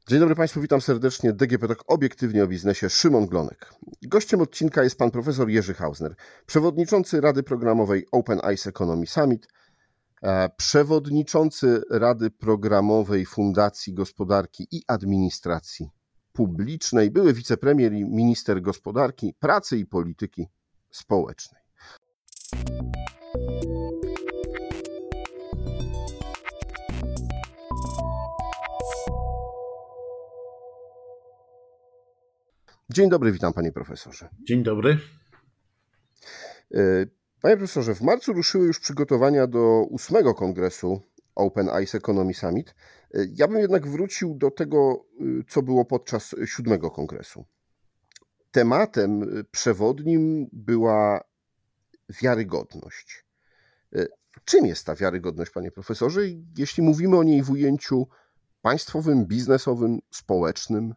Dzień dobry Państwu, witam serdecznie. DGP Talk, obiektywnie o biznesie, Szymon Glonek. Gościem odcinka jest pan profesor Jerzy Hausner, przewodniczący Rady Programowej Open ICE Economy Summit, przewodniczący Rady Programowej Fundacji Gospodarki i Administracji Publicznej, były wicepremier i minister gospodarki, pracy i polityki społecznej. Dzień dobry, witam panie profesorze. Dzień dobry. Panie profesorze, w marcu ruszyły już przygotowania do 8. kongresu Open ICE Economy Summit. Ja bym jednak wrócił do tego, co było podczas 7. kongresu. Tematem przewodnim była wiarygodność. Czym jest ta wiarygodność, panie profesorze, jeśli mówimy o niej w ujęciu państwowym, biznesowym, społecznym?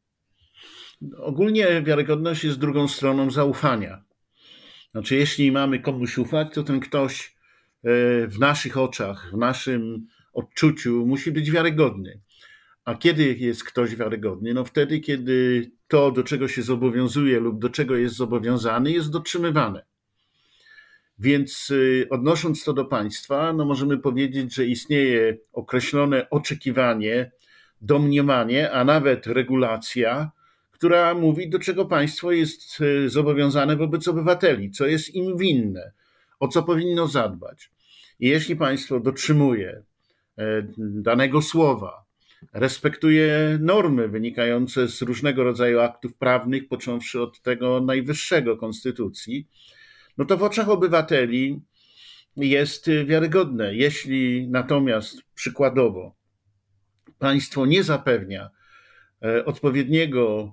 Ogólnie wiarygodność jest drugą stroną zaufania. Znaczy, jeśli mamy komuś ufać, to ten ktoś w naszych oczach, w naszym odczuciu musi być wiarygodny. A kiedy jest ktoś wiarygodny? No wtedy, kiedy to, do czego się zobowiązuje lub do czego jest zobowiązany, jest dotrzymywane. Więc odnosząc to do państwa, no możemy powiedzieć, że istnieje określone oczekiwanie, domniemanie, a nawet regulacja, która mówi, do czego państwo jest zobowiązane wobec obywateli, co jest im winne, o co powinno zadbać. I jeśli państwo dotrzymuje danego słowa, respektuje normy wynikające z różnego rodzaju aktów prawnych, począwszy od tego najwyższego, konstytucji, no to w oczach obywateli jest wiarygodne. Jeśli natomiast przykładowo państwo nie zapewnia odpowiedniego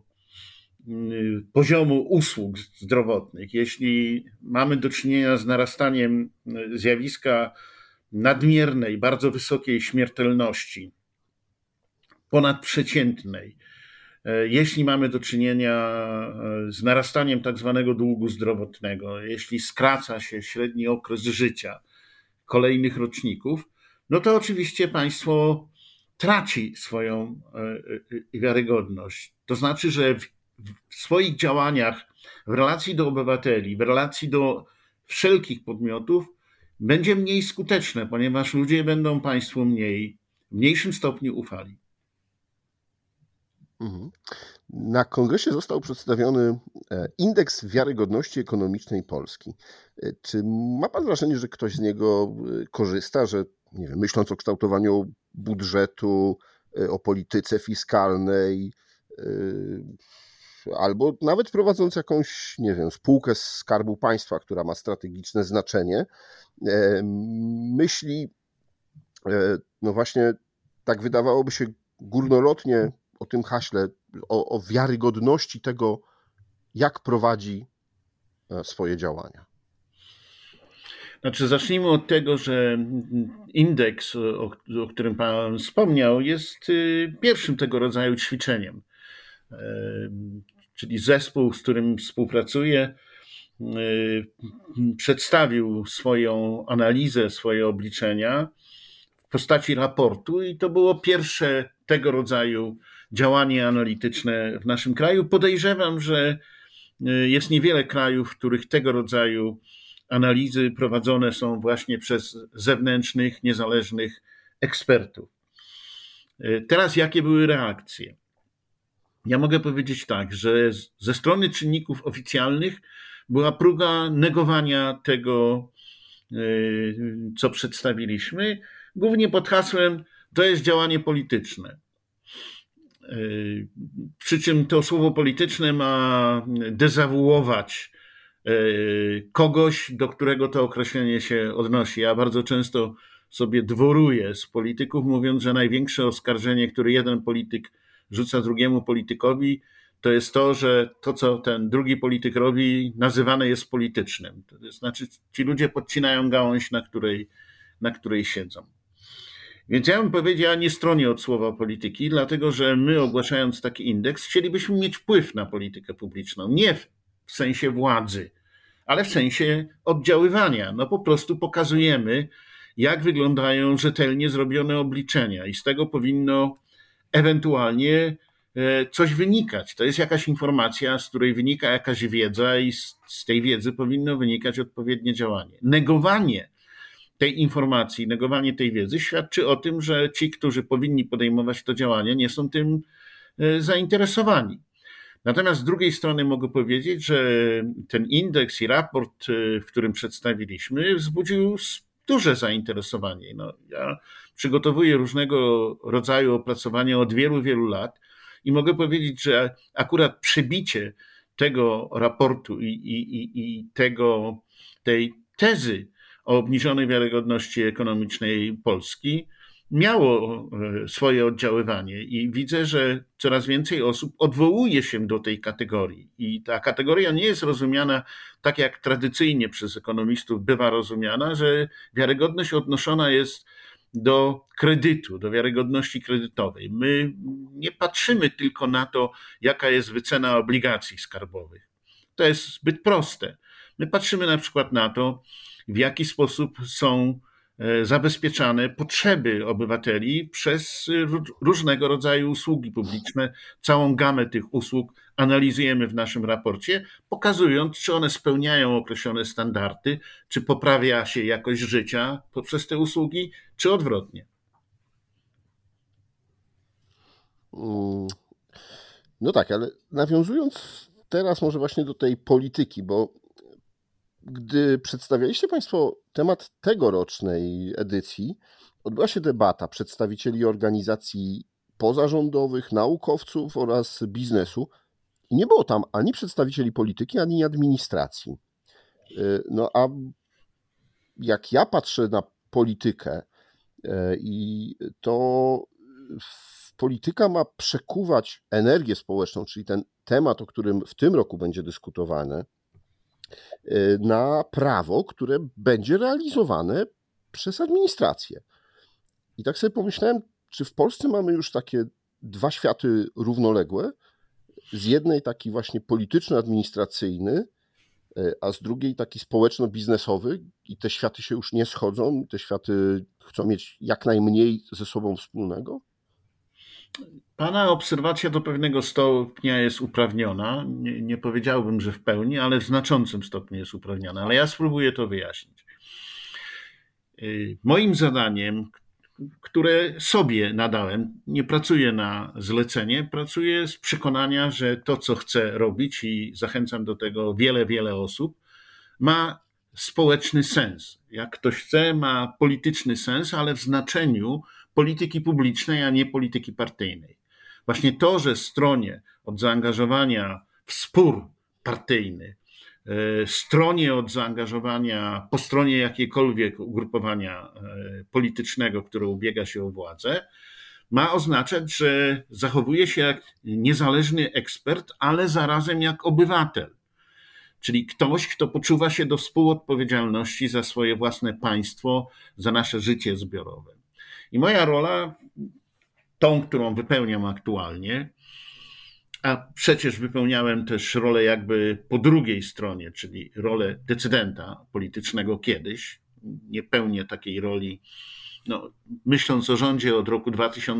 poziomu usług zdrowotnych, jeśli mamy do czynienia z narastaniem zjawiska nadmiernej, bardzo wysokiej śmiertelności, ponadprzeciętnej, jeśli mamy do czynienia z narastaniem tak zwanego długu zdrowotnego, jeśli skraca się średni okres życia kolejnych roczników, no to oczywiście państwo traci swoją wiarygodność. To znaczy, że w swoich działaniach, w relacji do obywateli, w relacji do wszelkich podmiotów będzie mniej skuteczne, ponieważ ludzie będą państwu w mniejszym stopniu ufali. Na kongresie został przedstawiony indeks wiarygodności ekonomicznej Polski. Czy ma pan wrażenie, że ktoś z niego korzysta, że nie wiem, myśląc o kształtowaniu budżetu, o polityce fiskalnej, albo nawet prowadząc jakąś, nie wiem, spółkę z Skarbu Państwa, która ma strategiczne znaczenie, myśli, no właśnie tak wydawałoby się górnolotnie o tym haśle, o wiarygodności tego, jak prowadzi swoje działania? Znaczy, zacznijmy od tego, że indeks, o którym pan wspomniał, jest pierwszym tego rodzaju ćwiczeniem. Czyli zespół, z którym współpracuję, przedstawił swoją analizę, swoje obliczenia w postaci raportu i to było pierwsze tego rodzaju działanie analityczne w naszym kraju. Podejrzewam, że jest niewiele krajów, w których tego rodzaju analizy prowadzone są właśnie przez zewnętrznych, niezależnych ekspertów. Teraz jakie były reakcje? Ja mogę powiedzieć tak, że ze strony czynników oficjalnych była próba negowania tego, co przedstawiliśmy, głównie pod hasłem, to jest działanie polityczne. Przy czym to słowo polityczne ma dezawuować kogoś, do którego to określenie się odnosi. Ja bardzo często sobie dworuję z polityków, mówiąc, że największe oskarżenie, które jeden polityk rzuca drugiemu politykowi, to jest to, że to, co ten drugi polityk robi, nazywane jest politycznym. To znaczy, ci ludzie podcinają gałąź, na której siedzą. Więc ja bym powiedział, ja nie stronię od słowa polityki, dlatego że my, ogłaszając taki indeks, chcielibyśmy mieć wpływ na politykę publiczną. Nie w sensie władzy, ale w sensie oddziaływania. No po prostu pokazujemy, jak wyglądają rzetelnie zrobione obliczenia i z tego powinno ewentualnie coś wynikać. To jest jakaś informacja, z której wynika jakaś wiedza i z tej wiedzy powinno wynikać odpowiednie działanie. Negowanie tej informacji, negowanie tej wiedzy świadczy o tym, że ci, którzy powinni podejmować to działanie, nie są tym zainteresowani. Natomiast z drugiej strony mogę powiedzieć, że ten indeks i raport, w którym przedstawiliśmy, wzbudził duże zainteresowanie. No, ja przygotowuję różnego rodzaju opracowania od wielu, wielu lat i mogę powiedzieć, że akurat przebicie tego raportu i tej tezy o obniżonej wiarygodności ekonomicznej Polski miało swoje oddziaływanie i widzę, że coraz więcej osób odwołuje się do tej kategorii i ta kategoria nie jest rozumiana tak, jak tradycyjnie przez ekonomistów bywa rozumiana, że wiarygodność odnoszona jest do kredytu, do wiarygodności kredytowej. My nie patrzymy tylko na to, jaka jest wycena obligacji skarbowych. To jest zbyt proste. My patrzymy na przykład na to, w jaki sposób są zabezpieczane potrzeby obywateli przez różnego rodzaju usługi publiczne. Całą gamę tych usług analizujemy w naszym raporcie, pokazując, czy one spełniają określone standardy, czy poprawia się jakość życia poprzez te usługi, czy odwrotnie. No tak, ale nawiązując teraz może właśnie do tej polityki, bo gdy przedstawialiście Państwo temat tegorocznej edycji, odbyła się debata przedstawicieli organizacji pozarządowych, naukowców oraz biznesu i nie było tam ani przedstawicieli polityki, ani administracji. No a jak ja patrzę na politykę i to polityka ma przekuwać energię społeczną, czyli ten temat, o którym w tym roku będzie dyskutowany, na prawo, które będzie realizowane przez administrację. I tak sobie pomyślałem, czy w Polsce mamy już takie dwa światy równoległe, z jednej taki właśnie polityczno-administracyjny, a z drugiej taki społeczno-biznesowy i te światy się już nie schodzą, te światy chcą mieć jak najmniej ze sobą wspólnego? Pana obserwacja do pewnego stopnia jest uprawniona. Nie powiedziałbym, że w pełni, ale w znaczącym stopniu jest uprawniona. Ale ja spróbuję to wyjaśnić. Moim zadaniem, które sobie nadałem, nie pracuję na zlecenie, pracuję z przekonania, że to, co chcę robić i zachęcam do tego wiele, wiele osób, ma społeczny sens. Jak ktoś chce, ma polityczny sens, ale w znaczeniu polityki publicznej, a nie polityki partyjnej. Właśnie to, że stronie od zaangażowania w spór partyjny, stronie od zaangażowania po stronie jakiegokolwiek ugrupowania politycznego, które ubiega się o władzę, ma oznaczać, że zachowuje się jak niezależny ekspert, ale zarazem jak obywatel. Czyli ktoś, kto poczuwa się do współodpowiedzialności za swoje własne państwo, za nasze życie zbiorowe. I moja rola, tą, którą wypełniam aktualnie, a przecież wypełniałem też rolę jakby po drugiej stronie, czyli rolę decydenta politycznego kiedyś. Nie pełnię takiej roli, no, myśląc o rządzie od roku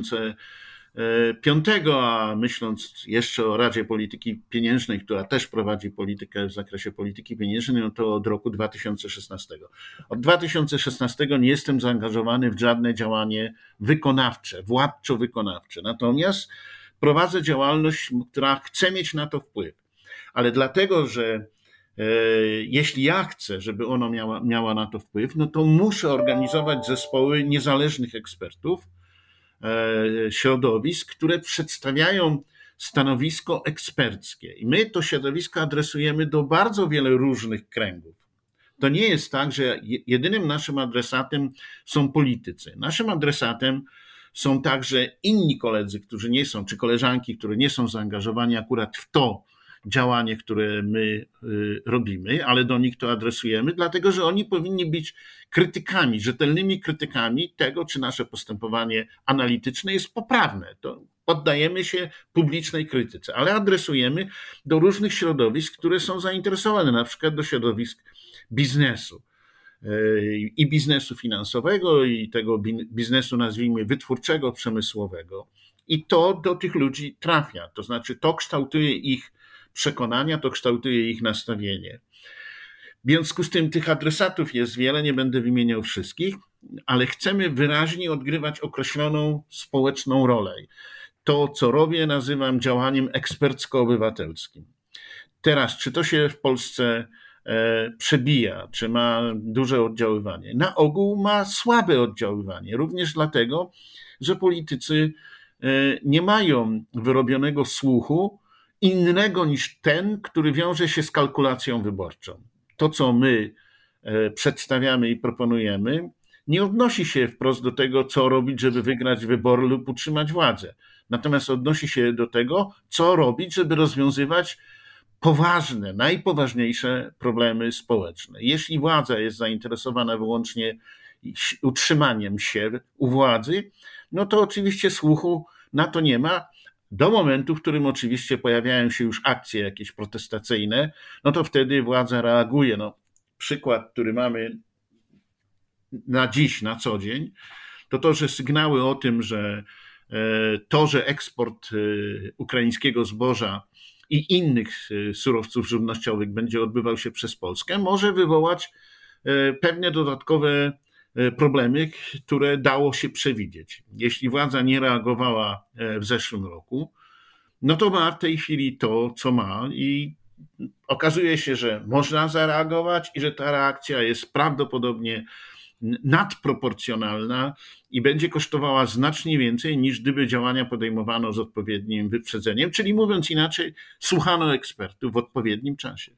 2005, a myśląc jeszcze o Radzie Polityki Pieniężnej, która też prowadzi politykę w zakresie polityki pieniężnej, no to od roku 2016. Od 2016 nie jestem zaangażowany w żadne działanie wykonawcze, władczo-wykonawcze. Natomiast prowadzę działalność, która chce mieć na to wpływ. Ale dlatego, że jeśli ja chcę, żeby ona miała na to wpływ, no to muszę organizować zespoły niezależnych ekspertów, środowisk, które przedstawiają stanowisko eksperckie. I my to środowisko adresujemy do bardzo wielu różnych kręgów. To nie jest tak, że jedynym naszym adresatem są politycy. Naszym adresatem są także inni koledzy, którzy nie są, czy koleżanki, które nie są zaangażowani akurat w to działanie, które my robimy, ale do nich to adresujemy, dlatego że oni powinni być krytykami, rzetelnymi krytykami tego, czy nasze postępowanie analityczne jest poprawne. To poddajemy się publicznej krytyce, ale adresujemy do różnych środowisk, które są zainteresowane, na przykład do środowisk biznesu. I biznesu finansowego, i tego biznesu, nazwijmy, wytwórczego, przemysłowego. i to do tych ludzi trafia. To znaczy to kształtuje ich przekonania, to kształtuje ich nastawienie. W związku z tym tych adresatów jest wiele, nie będę wymieniał wszystkich, ale chcemy wyraźnie odgrywać określoną społeczną rolę. To, co robię, nazywam działaniem ekspercko-obywatelskim. Teraz, czy to się w Polsce przebija, czy ma duże oddziaływanie? Na ogół ma słabe oddziaływanie, również dlatego, że politycy nie mają wyrobionego słuchu innego niż ten, który wiąże się z kalkulacją wyborczą. To, co my przedstawiamy i proponujemy, nie odnosi się wprost do tego, co robić, żeby wygrać wybory lub utrzymać władzę. Natomiast odnosi się do tego, co robić, żeby rozwiązywać poważne, najpoważniejsze problemy społeczne. Jeśli władza jest zainteresowana wyłącznie utrzymaniem się u władzy, no to oczywiście słuchu na to nie ma. Do momentu, w którym oczywiście pojawiają się już akcje jakieś protestacyjne, no to wtedy władza reaguje. No, przykład, który mamy na dziś, na co dzień, to, że sygnały o tym, że eksport ukraińskiego zboża i innych surowców żywnościowych będzie odbywał się przez Polskę, może wywołać pewne dodatkowe problemy, które dało się przewidzieć. Jeśli władza nie reagowała w zeszłym roku, no to ma w tej chwili to, co ma i okazuje się, że można zareagować i że ta reakcja jest prawdopodobnie nadproporcjonalna i będzie kosztowała znacznie więcej, niż gdyby działania podejmowano z odpowiednim wyprzedzeniem, czyli mówiąc inaczej, słuchano ekspertów w odpowiednim czasie.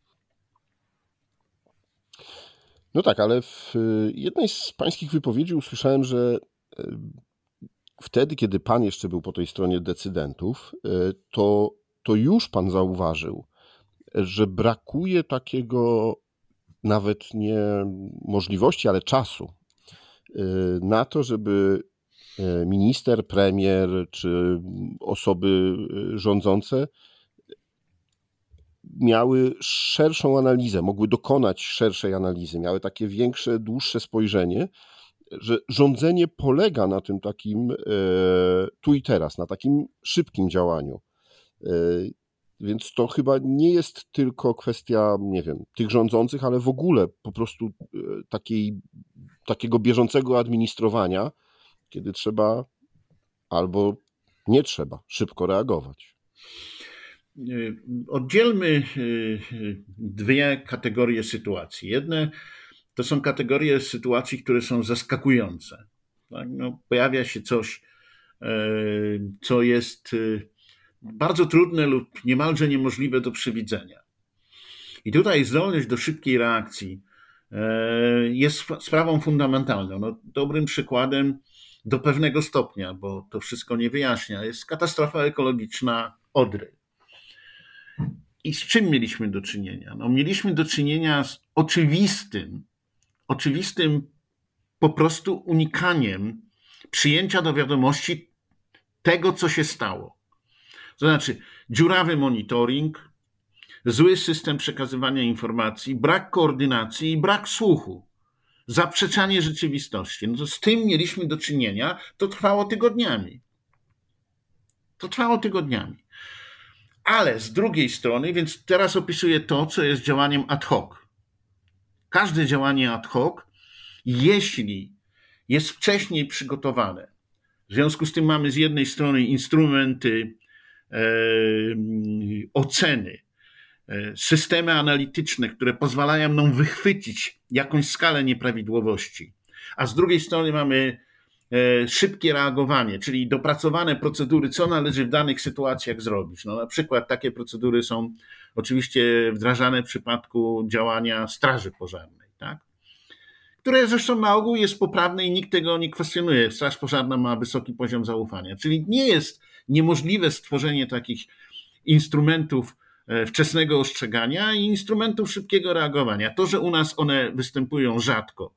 No tak, ale w jednej z pańskich wypowiedzi usłyszałem, że wtedy, kiedy pan jeszcze był po tej stronie decydentów, to już pan zauważył, że brakuje takiego nawet nie możliwości, ale czasu na to, żeby minister, premier czy osoby rządzące miały szerszą analizę, mogły dokonać szerszej analizy, miały takie większe, dłuższe spojrzenie, że rządzenie polega na tym takim tu i teraz, na takim szybkim działaniu. Więc to chyba nie jest tylko kwestia, nie wiem, tych rządzących, ale w ogóle po prostu takiego bieżącego administrowania, kiedy trzeba albo nie trzeba szybko reagować. Oddzielmy dwie kategorie sytuacji. Jedne to są kategorie sytuacji, które są zaskakujące. Tak? No, pojawia się coś, co jest bardzo trudne lub niemalże niemożliwe do przewidzenia. I tutaj zdolność do szybkiej reakcji jest sprawą fundamentalną. No, dobrym przykładem do pewnego stopnia, bo to wszystko nie wyjaśnia, jest katastrofa ekologiczna Odry. I z czym mieliśmy do czynienia? No, mieliśmy do czynienia z oczywistym po prostu unikaniem przyjęcia do wiadomości tego, co się stało. To znaczy dziurawy monitoring, zły system przekazywania informacji, brak koordynacji i brak słuchu, zaprzeczanie rzeczywistości. No to z tym mieliśmy do czynienia, to trwało tygodniami. Ale z drugiej strony, więc teraz opisuję to, co jest działaniem ad hoc. Każde działanie ad hoc, jeśli jest wcześniej przygotowane, w związku z tym mamy z jednej strony instrumenty oceny, systemy analityczne, które pozwalają nam wychwycić jakąś skalę nieprawidłowości, a z drugiej strony mamy szybkie reagowanie, czyli dopracowane procedury, co należy w danych sytuacjach zrobić. No, na przykład takie procedury są oczywiście wdrażane w przypadku działania Straży Pożarnej, tak? Które zresztą na ogół jest poprawne i nikt tego nie kwestionuje. Straż Pożarna ma wysoki poziom zaufania, czyli nie jest niemożliwe stworzenie takich instrumentów wczesnego ostrzegania i instrumentów szybkiego reagowania. To, że u nas one występują rzadko,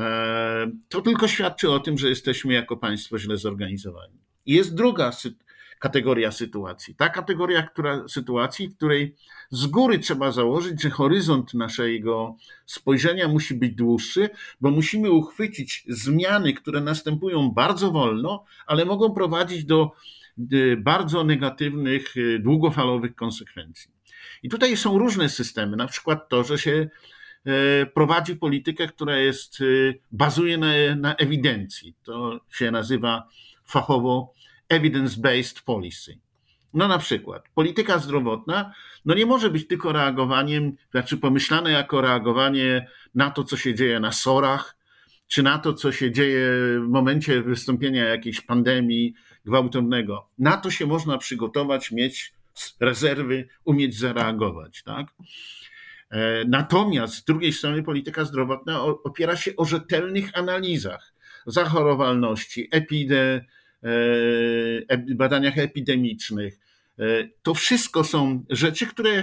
to tylko świadczy o tym, że jesteśmy jako państwo źle zorganizowani. Jest druga kategoria sytuacji. Ta kategoria sytuacji, w której z góry trzeba założyć, że horyzont naszego spojrzenia musi być dłuższy, bo musimy uchwycić zmiany, które następują bardzo wolno, ale mogą prowadzić do bardzo negatywnych, długofalowych konsekwencji. I tutaj są różne systemy, na przykład to, że się prowadzi politykę, która bazuje na ewidencji. To się nazywa fachowo evidence-based policy. No na przykład polityka zdrowotna nie może być tylko reagowaniem, pomyślane jako reagowanie na to, co się dzieje na SOR-ach, czy na to, co się dzieje w momencie wystąpienia jakiejś pandemii gwałtownego. Na to się można przygotować, mieć rezerwy, umieć zareagować, tak? Natomiast z drugiej strony polityka zdrowotna opiera się o rzetelnych analizach zachorowalności, badaniach epidemicznych. To wszystko są rzeczy,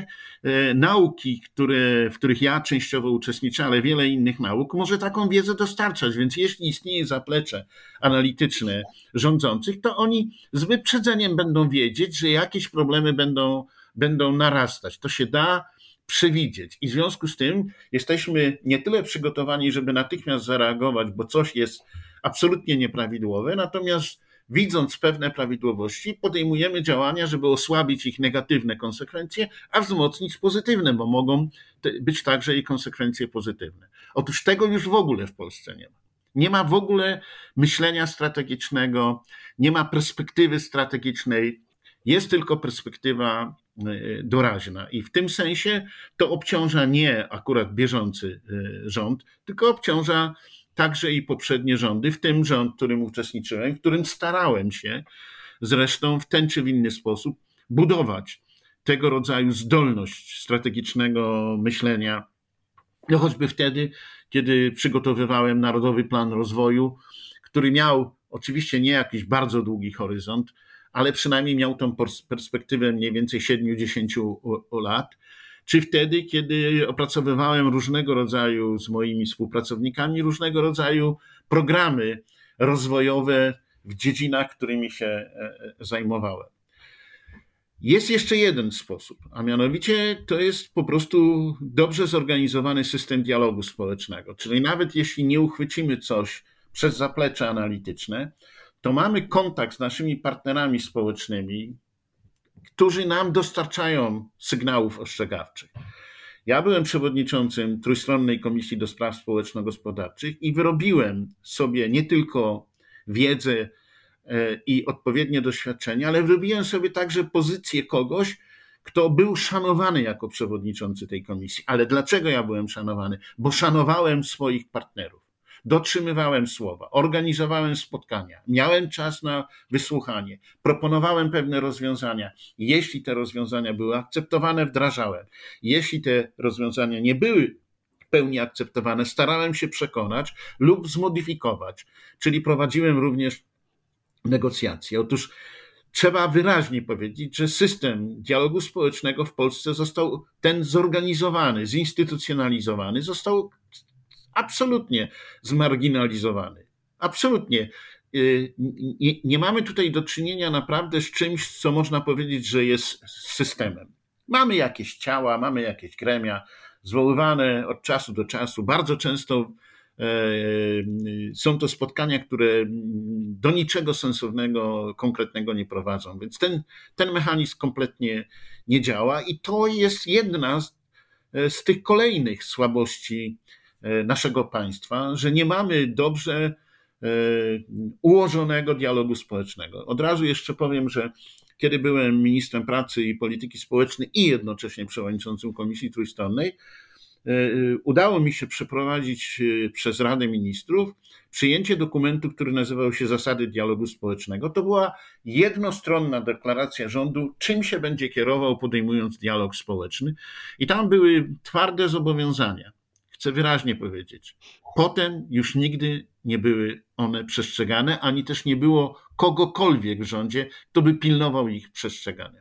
nauki, w których ja częściowo uczestniczę, ale wiele innych nauk może taką wiedzę dostarczać. Więc jeśli istnieje zaplecze analityczne rządzących, to oni z wyprzedzeniem będą wiedzieć, że jakieś problemy będą narastać. To się da przewidzieć. I w związku z tym jesteśmy nie tyle przygotowani, żeby natychmiast zareagować, bo coś jest absolutnie nieprawidłowe, natomiast widząc pewne prawidłowości, podejmujemy działania, żeby osłabić ich negatywne konsekwencje, a wzmocnić pozytywne, bo mogą być także i konsekwencje pozytywne. Otóż tego już w ogóle w Polsce nie ma. Nie ma w ogóle myślenia strategicznego, nie ma perspektywy strategicznej, jest tylko perspektywa doraźna. I w tym sensie to obciąża nie akurat bieżący rząd, tylko obciąża także i poprzednie rządy, w tym rząd, w którym uczestniczyłem, w którym starałem się zresztą w ten czy w inny sposób budować tego rodzaju zdolność strategicznego myślenia. No choćby wtedy, kiedy przygotowywałem Narodowy Plan Rozwoju, który miał oczywiście nie jakiś bardzo długi horyzont, ale przynajmniej miał tą perspektywę mniej więcej 7-10 lat, czy wtedy, kiedy opracowywałem różnego rodzaju z moimi współpracownikami różnego rodzaju programy rozwojowe w dziedzinach, którymi się zajmowałem. Jest jeszcze jeden sposób, a mianowicie to jest po prostu dobrze zorganizowany system dialogu społecznego, czyli nawet jeśli nie uchwycimy coś przez zaplecze analityczne, to mamy kontakt z naszymi partnerami społecznymi, którzy nam dostarczają sygnałów ostrzegawczych. Ja byłem przewodniczącym Trójstronnej Komisji do Spraw Społeczno-Gospodarczych i wyrobiłem sobie nie tylko wiedzę i odpowiednie doświadczenia, ale wyrobiłem sobie także pozycję kogoś, kto był szanowany jako przewodniczący tej komisji. Ale dlaczego ja byłem szanowany? Bo szanowałem swoich partnerów. Dotrzymywałem słowa, organizowałem spotkania, miałem czas na wysłuchanie, proponowałem pewne rozwiązania. Jeśli te rozwiązania były akceptowane, wdrażałem. Jeśli te rozwiązania nie były w pełni akceptowane, starałem się przekonać lub zmodyfikować, czyli prowadziłem również negocjacje. Otóż trzeba wyraźnie powiedzieć, że system dialogu społecznego w Polsce został ten zorganizowany, zinstytucjonalizowany, został absolutnie zmarginalizowany. Absolutnie. Nie mamy tutaj do czynienia naprawdę z czymś, co można powiedzieć, że jest systemem. Mamy jakieś ciała, mamy jakieś gremia zwoływane od czasu do czasu. Bardzo często są to spotkania, które do niczego sensownego, konkretnego nie prowadzą. Więc ten mechanizm kompletnie nie działa i to jest jedna z tych kolejnych słabości naszego państwa, że nie mamy dobrze ułożonego dialogu społecznego. Od razu jeszcze powiem, że kiedy byłem ministrem pracy i polityki społecznej i jednocześnie przewodniczącym Komisji Trójstronnej, udało mi się przeprowadzić przez Radę Ministrów przyjęcie dokumentu, który nazywał się Zasady dialogu społecznego. To była jednostronna deklaracja rządu, czym się będzie kierował, podejmując dialog społeczny. I tam były twarde zobowiązania. Chcę wyraźnie powiedzieć, potem już nigdy nie były one przestrzegane, ani też nie było kogokolwiek w rządzie, kto by pilnował ich przestrzegania.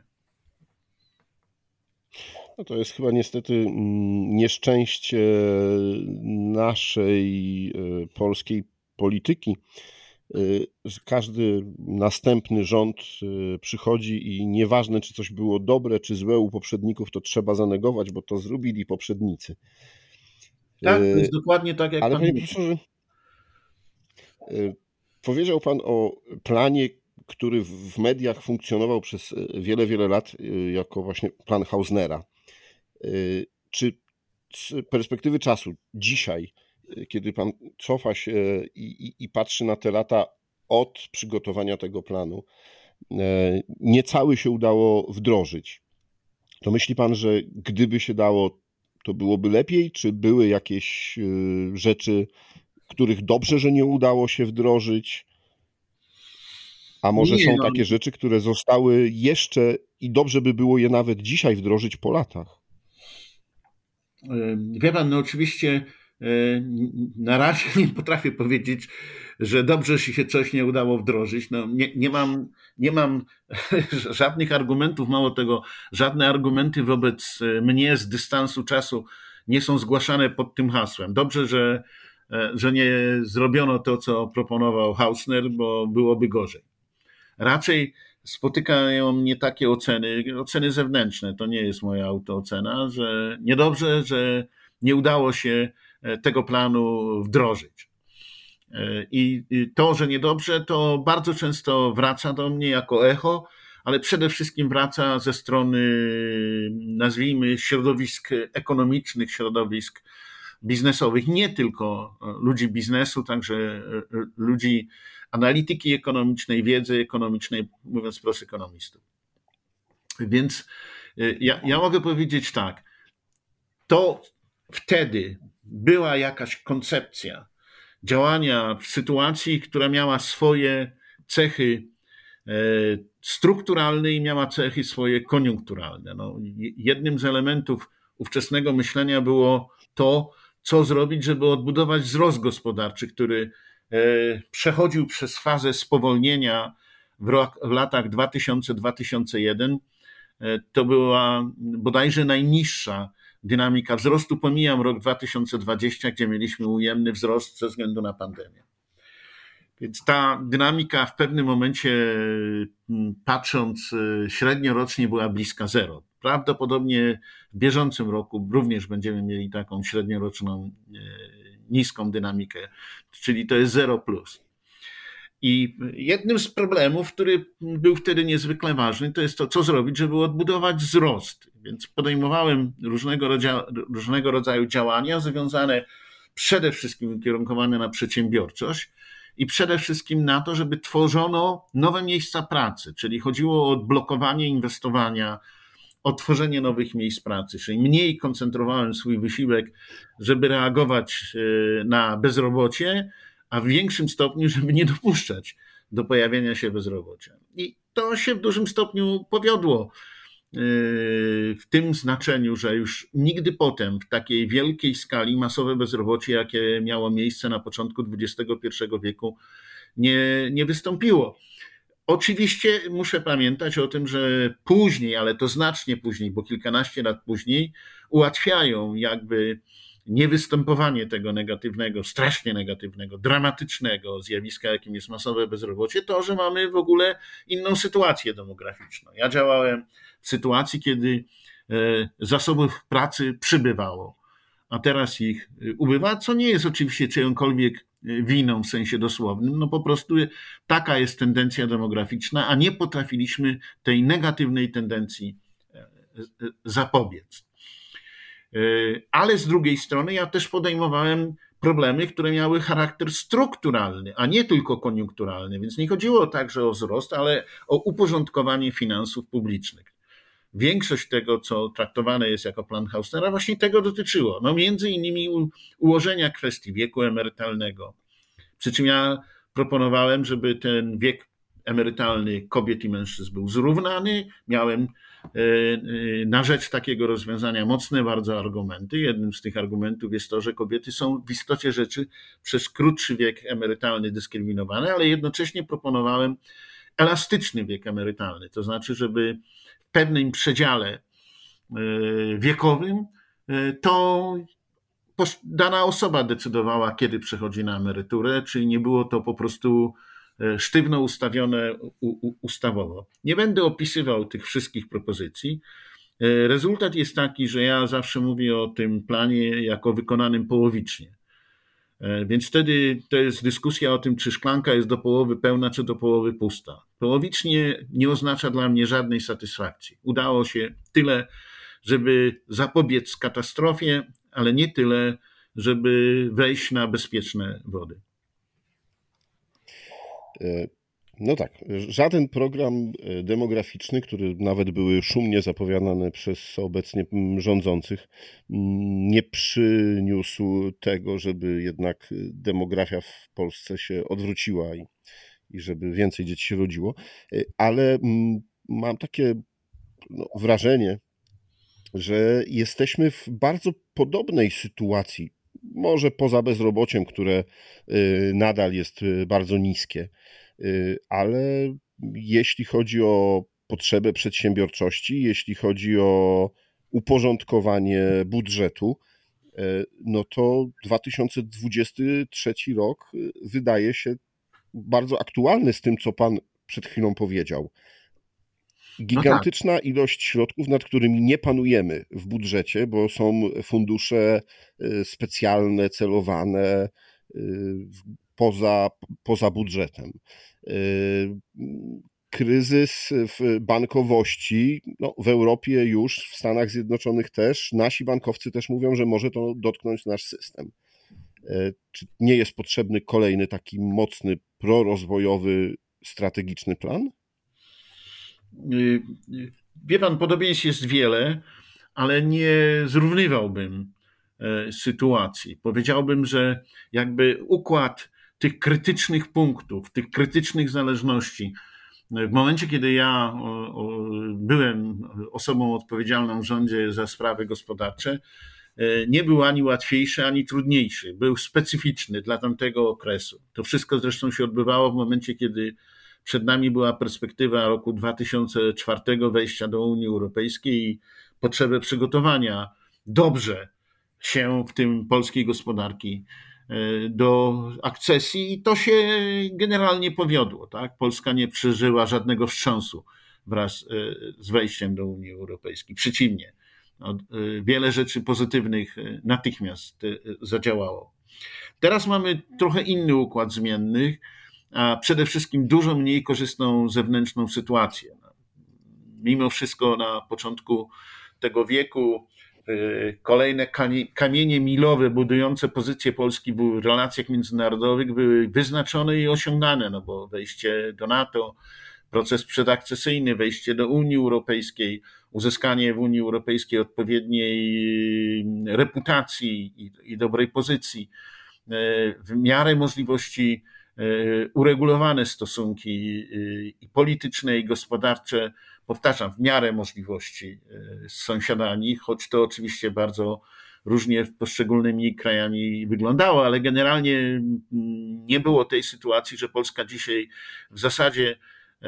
No to jest chyba niestety nieszczęście naszej polskiej polityki, że każdy następny rząd przychodzi i nieważne, czy coś było dobre, czy złe u poprzedników, to trzeba zanegować, bo to zrobili poprzednicy. Tak, to jest dokładnie tak, jak Ale pan panie mówi. profesorze, powiedział pan o planie, który w mediach funkcjonował przez wiele, wiele lat jako właśnie plan Hausnera. Czy z perspektywy czasu, dzisiaj, kiedy pan cofa się i patrzy na te lata od przygotowania tego planu, nie cały się udało wdrożyć, to myśli pan, że gdyby się dało, to byłoby lepiej? Czy były jakieś rzeczy, których dobrze, że nie udało się wdrożyć? A może Nie, są no, takie rzeczy, które zostały jeszcze i dobrze by było je nawet dzisiaj wdrożyć po latach? wie pan, no oczywiście na razie nie potrafię powiedzieć, że dobrze się coś nie udało wdrożyć. No, nie mam żadnych argumentów, mało tego, żadne argumenty wobec mnie z dystansu czasu nie są zgłaszane pod tym hasłem. Dobrze, że nie zrobiono to, co proponował Hausner, bo byłoby gorzej. Raczej spotykają mnie takie oceny zewnętrzne, to nie jest moja autoocena, że niedobrze, że nie udało się tego planu wdrożyć. I to, że niedobrze, to bardzo często wraca do mnie jako echo, ale przede wszystkim wraca ze strony, nazwijmy, środowisk ekonomicznych, środowisk biznesowych, nie tylko ludzi biznesu, także ludzi analityki ekonomicznej, wiedzy ekonomicznej, mówiąc wprost ekonomistów. Więc ja mogę powiedzieć tak, to wtedy była jakaś koncepcja działania w sytuacji, która miała swoje cechy strukturalne i miała cechy swoje koniunkturalne. No, jednym z elementów ówczesnego myślenia było to, co zrobić, żeby odbudować wzrost gospodarczy, który przechodził przez fazę spowolnienia w latach 2000-2001. To była bodajże najniższa dynamika wzrostu. Pomijam rok 2020, gdzie mieliśmy ujemny wzrost ze względu na pandemię. Więc ta dynamika w pewnym momencie, patrząc średniorocznie, była bliska zero. Prawdopodobnie w bieżącym roku również będziemy mieli taką średnioroczną niską dynamikę, czyli to jest 0+. I jednym z problemów, który był wtedy niezwykle ważny, to jest to, co zrobić, żeby odbudować wzrost. Więc podejmowałem różnego rodzaju działania związane przede wszystkim ukierunkowane na przedsiębiorczość i przede wszystkim na to, żeby tworzono nowe miejsca pracy, czyli chodziło o odblokowanie inwestowania, o tworzenie nowych miejsc pracy, czyli mniej koncentrowałem swój wysiłek, żeby reagować na bezrobocie, a w większym stopniu, żeby nie dopuszczać do pojawienia się bezrobocia. I to się w dużym stopniu powiodło w tym znaczeniu, że już nigdy potem w takiej wielkiej skali masowe bezrobocie, jakie miało miejsce na początku XXI wieku, nie wystąpiło. Oczywiście muszę pamiętać o tym, że później, ale to znacznie później, bo kilkanaście lat później, ułatwiają jakby niewystępowanie tego negatywnego, strasznie negatywnego, dramatycznego zjawiska, jakim jest masowe bezrobocie, to, że mamy w ogóle inną sytuację demograficzną. Ja działałem w sytuacji, kiedy zasobów pracy przybywało, a teraz ich ubywa, co nie jest oczywiście czyjąkolwiek winą w sensie dosłownym, no po prostu taka jest tendencja demograficzna, a nie potrafiliśmy tej negatywnej tendencji zapobiec. Ale z drugiej strony ja też podejmowałem problemy, które miały charakter strukturalny, a nie tylko koniunkturalny, więc nie chodziło także o wzrost, ale o uporządkowanie finansów publicznych. Większość tego, co traktowane jest jako plan Hausnera, właśnie tego dotyczyło. No między innymi ułożenia kwestii wieku emerytalnego. Przy czym ja proponowałem, żeby ten wiek emerytalny kobiet i mężczyzn był zrównany. Miałem na rzecz takiego rozwiązania mocne bardzo argumenty. Jednym z tych argumentów jest to, że kobiety są w istocie rzeczy przez krótszy wiek emerytalny dyskryminowane, ale jednocześnie proponowałem elastyczny wiek emerytalny, to znaczy, żeby w pewnym przedziale wiekowym to dana osoba decydowała, kiedy przechodzi na emeryturę, czyli nie było to po prostu sztywno ustawione ustawowo. Nie będę opisywał tych wszystkich propozycji. Rezultat jest taki, że ja zawsze mówię o tym planie jako wykonanym połowicznie. Więc wtedy to jest dyskusja o tym, czy szklanka jest do połowy pełna, czy do połowy pusta. Połowicznie nie oznacza dla mnie żadnej satysfakcji. Udało się tyle, żeby zapobiec katastrofie, ale nie tyle, żeby wejść na bezpieczne wody. No tak, żaden program demograficzny, który nawet były szumnie zapowiadane przez obecnie rządzących, nie przyniósł tego, żeby jednak demografia w Polsce się odwróciła i żeby więcej dzieci się rodziło. Ale mam takie wrażenie, że jesteśmy w bardzo podobnej sytuacji, może poza bezrobociem, które nadal jest bardzo niskie, ale jeśli chodzi o potrzebę przedsiębiorczości, jeśli chodzi o uporządkowanie budżetu, no to 2023 rok wydaje się bardzo aktualny z tym, co pan przed chwilą powiedział. Gigantyczna ilość środków, nad którymi nie panujemy w budżecie, bo są fundusze specjalne, celowane poza budżetem. Kryzys w bankowości, no w Europie już, w Stanach Zjednoczonych też. Nasi bankowcy też mówią, że może to dotknąć nasz system. Czy nie jest potrzebny kolejny taki mocny, prorozwojowy, strategiczny plan? Wie pan, podobieństw jest wiele, ale nie zrównywałbym sytuacji. Powiedziałbym, że jakby układ tych krytycznych punktów, tych krytycznych zależności, w momencie, kiedy ja byłem osobą odpowiedzialną w rządzie za sprawy gospodarcze, nie był ani łatwiejszy, ani trudniejszy. Był specyficzny dla tamtego okresu. To wszystko zresztą się odbywało w momencie, kiedy przed nami była perspektywa roku 2004 wejścia do Unii Europejskiej i potrzeby przygotowania dobrze się, w tym polskiej gospodarki, do akcesji i to się generalnie powiodło. Tak? Polska nie przeżyła żadnego wstrząsu wraz z wejściem do Unii Europejskiej. Przeciwnie, wiele rzeczy pozytywnych natychmiast zadziałało. Teraz mamy trochę inny układ zmiennych, a przede wszystkim dużo mniej korzystną zewnętrzną sytuację. Mimo wszystko na początku tego wieku kolejne kamienie milowe budujące pozycję Polski w relacjach międzynarodowych były wyznaczone i osiągane, no bo wejście do NATO, proces przedakcesyjny, wejście do Unii Europejskiej, uzyskanie w Unii Europejskiej odpowiedniej reputacji i dobrej pozycji, w miarę możliwości uregulowane stosunki i polityczne, i gospodarcze, powtarzam, w miarę możliwości z sąsiadami, choć to oczywiście bardzo różnie w poszczególnymi krajami wyglądało, ale generalnie nie było tej sytuacji, że Polska dzisiaj w zasadzie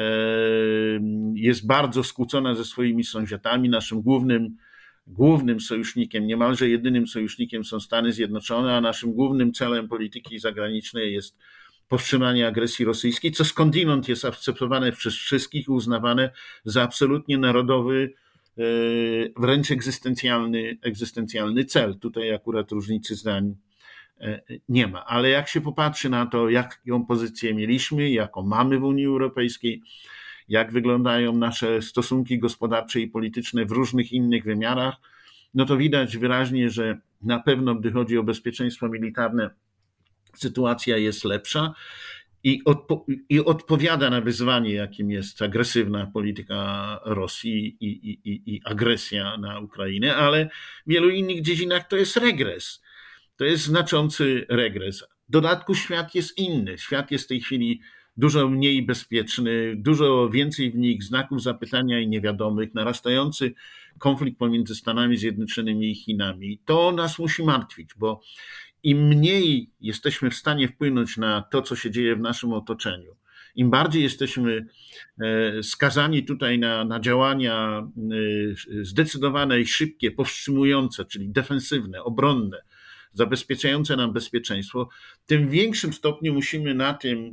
jest bardzo skłócona ze swoimi sąsiadami. Naszym głównym sojusznikiem, niemalże jedynym sojusznikiem są Stany Zjednoczone, a naszym głównym celem polityki zagranicznej jest powstrzymanie agresji rosyjskiej, co skądinąd jest akceptowane przez wszystkich i uznawane za absolutnie narodowy, wręcz egzystencjalny cel. Tutaj akurat różnicy zdań nie ma. Ale jak się popatrzy na to, jaką pozycję mieliśmy, jaką mamy w Unii Europejskiej, jak wyglądają nasze stosunki gospodarcze i polityczne w różnych innych wymiarach, no to widać wyraźnie, że na pewno, gdy chodzi o bezpieczeństwo militarne, sytuacja jest lepsza i odpowiada na wyzwanie, jakim jest agresywna polityka Rosji i agresja na Ukrainę, ale w wielu innych dziedzinach to jest regres. To jest znaczący regres. W dodatku świat jest inny. Świat jest w tej chwili dużo mniej bezpieczny, dużo więcej w nich znaków zapytania i niewiadomych, narastający konflikt pomiędzy Stanami Zjednoczonymi i Chinami. To nas musi martwić, bo im mniej jesteśmy w stanie wpłynąć na to, co się dzieje w naszym otoczeniu, im bardziej jesteśmy skazani tutaj na działania zdecydowane i szybkie, powstrzymujące, czyli defensywne, obronne, zabezpieczające nam bezpieczeństwo, tym w większym stopniu musimy na tym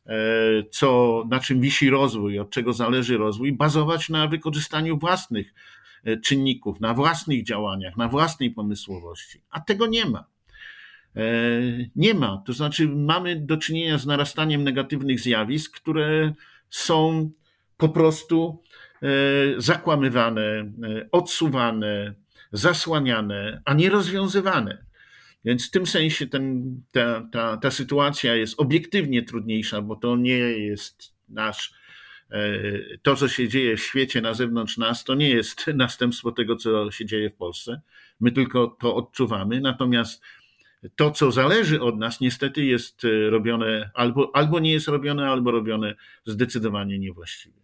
na czym wisi rozwój, od czego zależy rozwój, bazować na wykorzystaniu własnych czynników, na własnych działaniach, na własnej pomysłowości. A tego nie ma. Nie ma. To znaczy mamy do czynienia z narastaniem negatywnych zjawisk, które są po prostu zakłamywane, odsuwane, zasłaniane, a nie rozwiązywane. Więc w tym sensie ta sytuacja jest obiektywnie trudniejsza, bo to nie jest to, co się dzieje w świecie na zewnątrz nas, to nie jest następstwo tego, co się dzieje w Polsce. My tylko to odczuwamy, natomiast to, co zależy od nas, niestety jest robione albo nie jest robione, albo robione zdecydowanie niewłaściwie.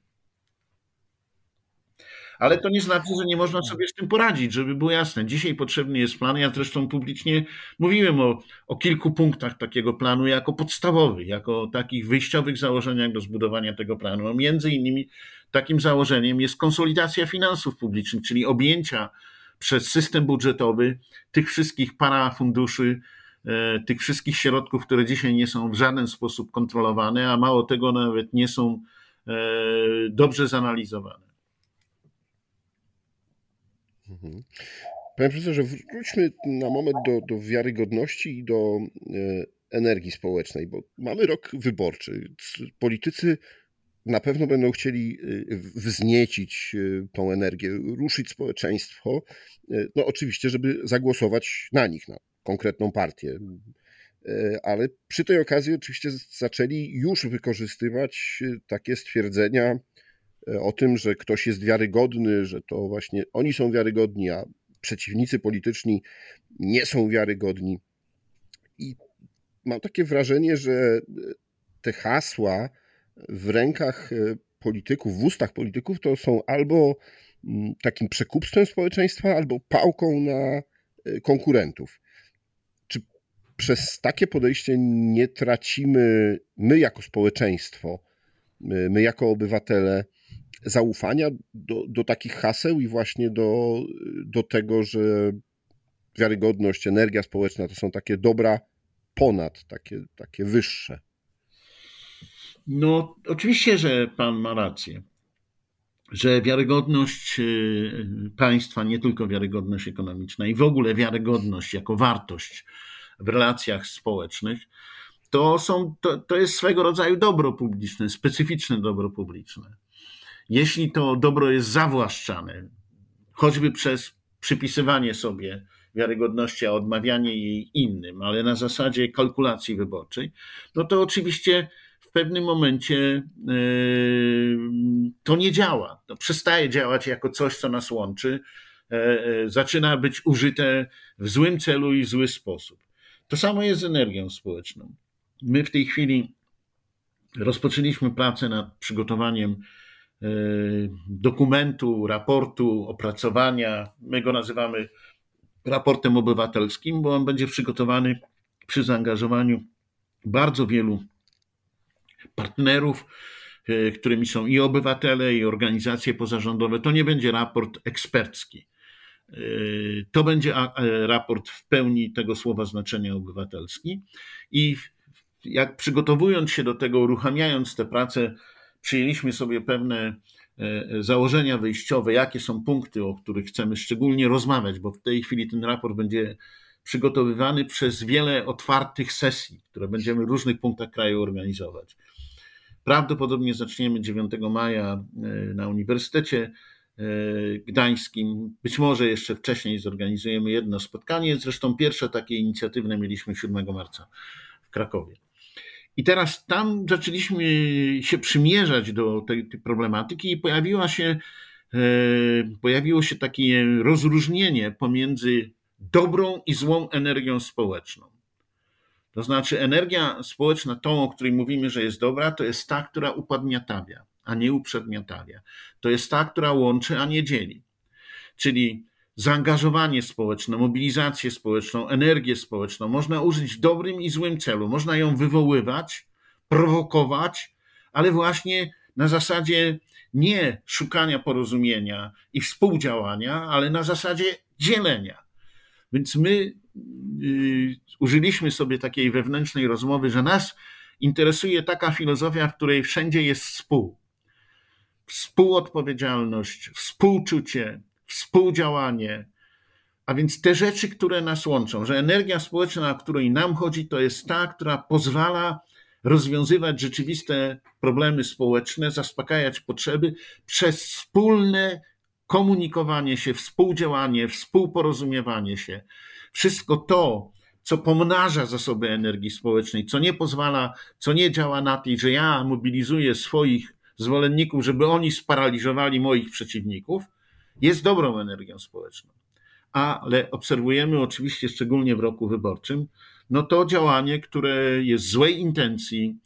Ale to nie znaczy, że nie można sobie z tym poradzić, żeby było jasne. Dzisiaj potrzebny jest plan. Ja zresztą publicznie mówiłem o kilku punktach takiego planu jako podstawowych, jako takich wyjściowych założeniach do zbudowania tego planu. No, między innymi takim założeniem jest konsolidacja finansów publicznych, czyli objęcia przez system budżetowy tych wszystkich parafunduszy, tych wszystkich środków, które dzisiaj nie są w żaden sposób kontrolowane, a mało tego nawet nie są dobrze zanalizowane. Panie profesorze, wróćmy na moment do wiarygodności i do energii społecznej, bo mamy rok wyborczy. Politycy na pewno będą chcieli wzniecić tą energię, ruszyć społeczeństwo, no oczywiście, żeby zagłosować na nich, na konkretną partię. Ale przy tej okazji oczywiście zaczęli już wykorzystywać takie stwierdzenia o tym, że ktoś jest wiarygodny, że to właśnie oni są wiarygodni, a przeciwnicy polityczni nie są wiarygodni. I mam takie wrażenie, że te hasła w rękach polityków, w ustach polityków to są albo takim przekupstwem społeczeństwa, albo pałką na konkurentów. Czy przez takie podejście nie tracimy my jako społeczeństwo, my jako obywatele zaufania do takich haseł i właśnie do tego, że wiarygodność, energia społeczna to są takie dobra ponad, takie wyższe? No, oczywiście, że pan ma rację, że wiarygodność państwa, nie tylko wiarygodność ekonomiczna i w ogóle wiarygodność jako wartość w relacjach społecznych, to jest swego rodzaju dobro publiczne, specyficzne dobro publiczne. Jeśli to dobro jest zawłaszczane, choćby przez przypisywanie sobie wiarygodności, a odmawianie jej innym, ale na zasadzie kalkulacji wyborczej, no to oczywiście w pewnym momencie to nie działa. To przestaje działać jako coś, co nas łączy, zaczyna być użyte w złym celu i w zły sposób. To samo jest z energią społeczną. My w tej chwili rozpoczęliśmy pracę nad przygotowaniem dokumentu, raportu, opracowania. My go nazywamy raportem obywatelskim, bo on będzie przygotowany przy zaangażowaniu bardzo wielu partnerów, którymi są i obywatele, i organizacje pozarządowe. To nie będzie raport ekspercki. To będzie raport w pełni tego słowa znaczenia obywatelski. I jak przygotowując się do tego, uruchamiając tę pracę, przyjęliśmy sobie pewne założenia wyjściowe, jakie są punkty, o których chcemy szczególnie rozmawiać, bo w tej chwili ten raport będzie przygotowywany przez wiele otwartych sesji, które będziemy w różnych punktach kraju organizować. Prawdopodobnie zaczniemy 9 maja na Uniwersytecie Gdańskim. Być może jeszcze wcześniej zorganizujemy jedno spotkanie. Zresztą pierwsze takie inicjatywne mieliśmy 7 marca w Krakowie. I teraz tam zaczęliśmy się przymierzać do tej problematyki i pojawiło się takie rozróżnienie pomiędzy dobrą i złą energią społeczną. To znaczy energia społeczna, tą, o której mówimy, że jest dobra, to jest ta, która upodmiatawia, a nie uprzedmiotawia. To jest ta, która łączy, a nie dzieli. Czyli zaangażowanie społeczne, mobilizację społeczną, energię społeczną można użyć w dobrym i złym celu. Można ją wywoływać, prowokować, ale właśnie na zasadzie nie szukania porozumienia i współdziałania, ale na zasadzie dzielenia. Więc my użyliśmy sobie takiej wewnętrznej rozmowy, że nas interesuje taka filozofia, w której wszędzie jest współodpowiedzialność, współczucie, współdziałanie, a więc te rzeczy, które nas łączą, że energia społeczna, o której nam chodzi, to jest ta, która pozwala rozwiązywać rzeczywiste problemy społeczne, zaspokajać potrzeby przez wspólne komunikowanie się, współdziałanie, współporozumiewanie się. Wszystko to, co pomnaża zasoby energii społecznej, co nie pozwala, co nie działa na tej, że ja mobilizuję swoich zwolenników, żeby oni sparaliżowali moich przeciwników, jest dobrą energią społeczną. Ale obserwujemy oczywiście, szczególnie w roku wyborczym, no to działanie, które jest złej intencji,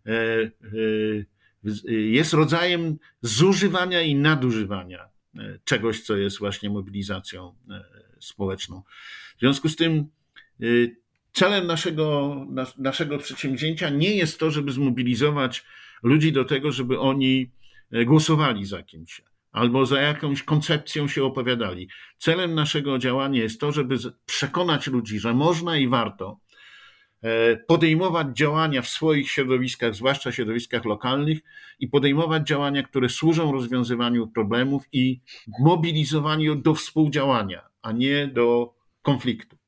jest rodzajem zużywania i nadużywania czegoś, co jest właśnie mobilizacją społeczną. W związku z tym celem naszego przedsięwzięcia nie jest to, żeby zmobilizować ludzi do tego, żeby oni głosowali za kimś albo za jakąś koncepcją się opowiadali. Celem naszego działania jest to, żeby przekonać ludzi, że można i warto podejmować działania w swoich środowiskach, zwłaszcza środowiskach lokalnych, i podejmować działania, które służą rozwiązywaniu problemów i mobilizowaniu do współdziałania, a nie do konfliktu.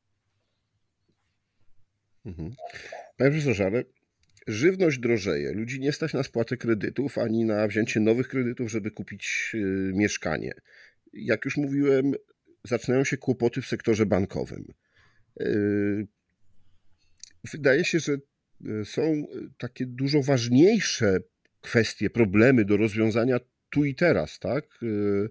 Panie profesorze, ale żywność drożeje. Ludzi nie stać na spłatę kredytów, ani na wzięcie nowych kredytów, żeby kupić mieszkanie. Jak już mówiłem, zaczynają się kłopoty w sektorze bankowym. Wydaje się, że są takie dużo ważniejsze kwestie, problemy do rozwiązania tu i teraz, tak?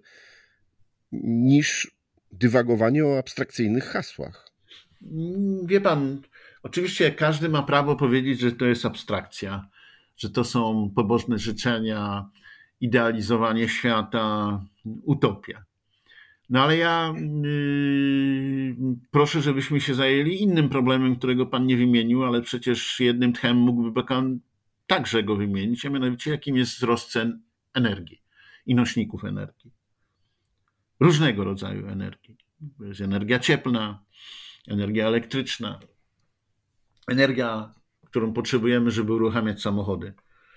Niż dywagowanie o abstrakcyjnych hasłach. Wie pan, oczywiście każdy ma prawo powiedzieć, że to jest abstrakcja, że to są pobożne życzenia, idealizowanie świata, utopia. No ale ja proszę, żebyśmy się zajęli innym problemem, którego pan nie wymienił, ale przecież jednym tchem mógłby pan także go wymienić, a mianowicie jakim jest wzrost cen energii i nośników energii. Różnego rodzaju energii. To jest energia cieplna, energia elektryczna, energia, którą potrzebujemy, żeby uruchamiać samochody.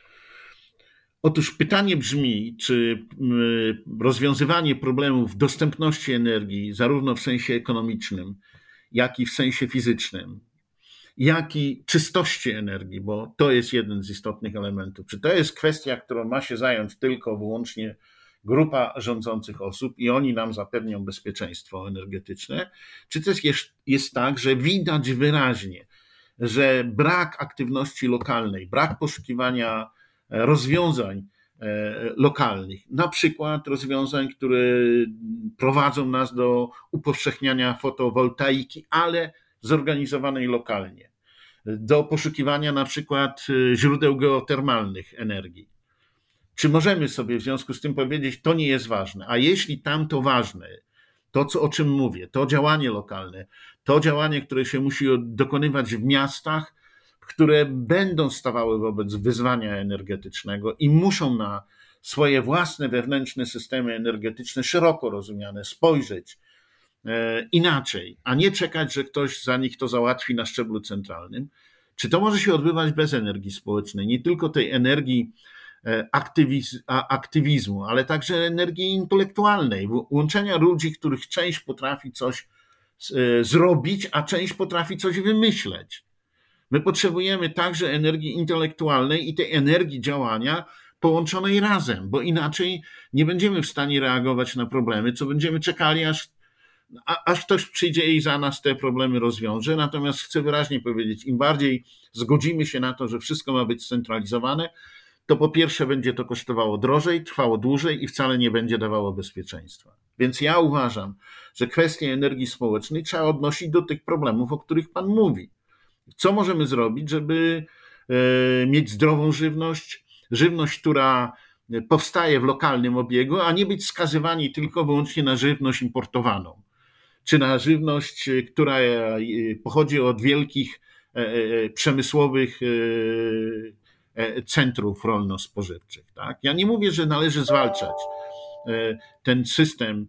Otóż pytanie brzmi, czy rozwiązywanie problemów dostępności energii, zarówno w sensie ekonomicznym, jak i w sensie fizycznym, jak i czystości energii, bo to jest jeden z istotnych elementów. Czy to jest kwestia, którą ma się zająć tylko wyłącznie grupa rządzących osób i oni nam zapewnią bezpieczeństwo energetyczne, czy też jest tak, że widać wyraźnie, że brak aktywności lokalnej, brak poszukiwania rozwiązań lokalnych, na przykład rozwiązań, które prowadzą nas do upowszechniania fotowoltaiki, ale zorganizowanej lokalnie, do poszukiwania na przykład źródeł geotermalnych energii. Czy możemy sobie w związku z tym powiedzieć, to nie jest ważne, a jeśli tam to ważne, to o czym mówię, to działanie lokalne, to działanie, które się musi dokonywać w miastach, które będą stawały wobec wyzwania energetycznego i muszą na swoje własne wewnętrzne systemy energetyczne, szeroko rozumiane, spojrzeć inaczej, a nie czekać, że ktoś za nich to załatwi na szczeblu centralnym. Czy to może się odbywać bez energii społecznej, nie tylko tej energii aktywizmu, ale także energii intelektualnej, łączenia ludzi, których część potrafi coś zrobić, a część potrafi coś wymyśleć. My potrzebujemy także energii intelektualnej i tej energii działania połączonej razem, bo inaczej nie będziemy w stanie reagować na problemy, co będziemy czekali, aż ktoś przyjdzie i za nas te problemy rozwiąże. Natomiast chcę wyraźnie powiedzieć, im bardziej zgodzimy się na to, że wszystko ma być scentralizowane, to po pierwsze będzie to kosztowało drożej, trwało dłużej i wcale nie będzie dawało bezpieczeństwa. Więc ja uważam, że kwestię energii społecznej trzeba odnosić do tych problemów, o których pan mówi. Co możemy zrobić, żeby mieć zdrową żywność, która powstaje w lokalnym obiegu, a nie być skazywani tylko wyłącznie na żywność importowaną, czy na żywność, która pochodzi od wielkich przemysłowych centrów rolno-spożywczych. Tak? Ja nie mówię, że należy zwalczać ten system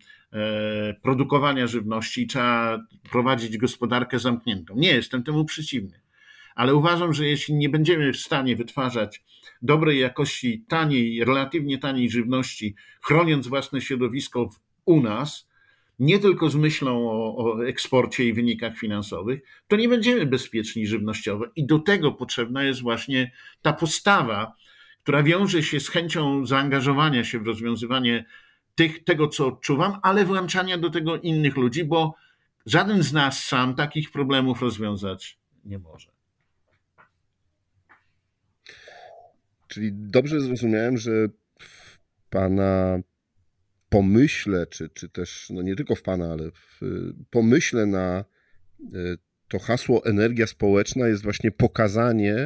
produkowania żywności i trzeba prowadzić gospodarkę zamkniętą. Nie jestem temu przeciwny. Ale uważam, że jeśli nie będziemy w stanie wytwarzać dobrej jakości, taniej, relatywnie taniej żywności, chroniąc własne środowisko u nas, nie tylko z myślą o eksporcie i wynikach finansowych, to nie będziemy bezpieczni żywnościowo. I do tego potrzebna jest właśnie ta postawa, która wiąże się z chęcią zaangażowania się w rozwiązywanie tego, co odczuwam, ale włączania do tego innych ludzi, bo żaden z nas sam takich problemów rozwiązać nie może. Czyli dobrze zrozumiałem, że w Pana pomyśle, czy też no nie tylko w Pana, ale w pomyśle na to hasło energia społeczna jest właśnie pokazanie,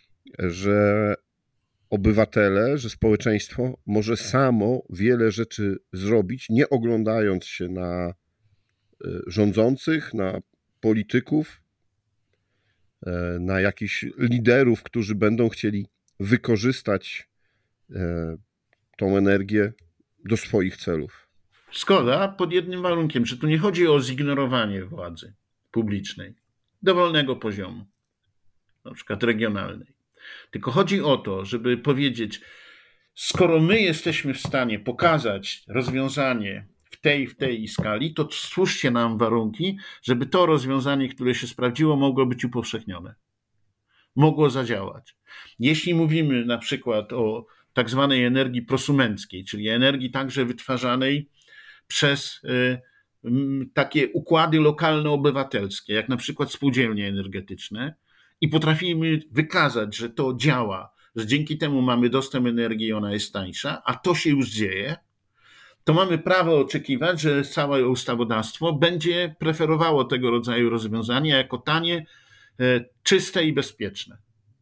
że obywatele, że społeczeństwo może samo wiele rzeczy zrobić, nie oglądając się na rządzących, na polityków, na jakichś liderów, którzy będą chcieli wykorzystać tą energię do swoich celów. Zgoda, pod jednym warunkiem, że tu nie chodzi o zignorowanie władzy publicznej, dowolnego poziomu, na przykład regionalnej. Tylko chodzi o to, żeby powiedzieć, skoro my jesteśmy w stanie pokazać rozwiązanie w tej skali, to stwórzcie nam warunki, żeby to rozwiązanie, które się sprawdziło, mogło być upowszechnione. Mogło zadziałać. Jeśli mówimy na przykład o tak zwanej energii prosumenckiej, czyli energii także wytwarzanej przez takie układy lokalno-obywatelskie, jak na przykład spółdzielnie energetyczne, i potrafimy wykazać, że to działa, że dzięki temu mamy dostęp energii i ona jest tańsza, a to się już dzieje, to mamy prawo oczekiwać, że całe ustawodawstwo będzie preferowało tego rodzaju rozwiązania jako tanie, czyste i bezpieczne,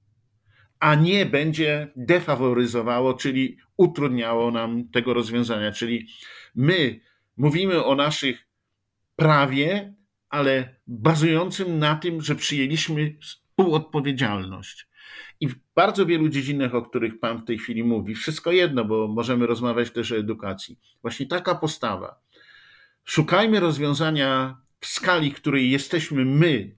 a nie będzie defaworyzowało, czyli utrudniało nam tego rozwiązania. Czyli my mówimy o naszych prawie, ale bazującym na tym, że przyjęliśmy współodpowiedzialność. I w bardzo wielu dziedzinach, o których Pan w tej chwili mówi, wszystko jedno, bo możemy rozmawiać też o edukacji. Właśnie taka postawa. Szukajmy rozwiązania w skali, której jesteśmy my,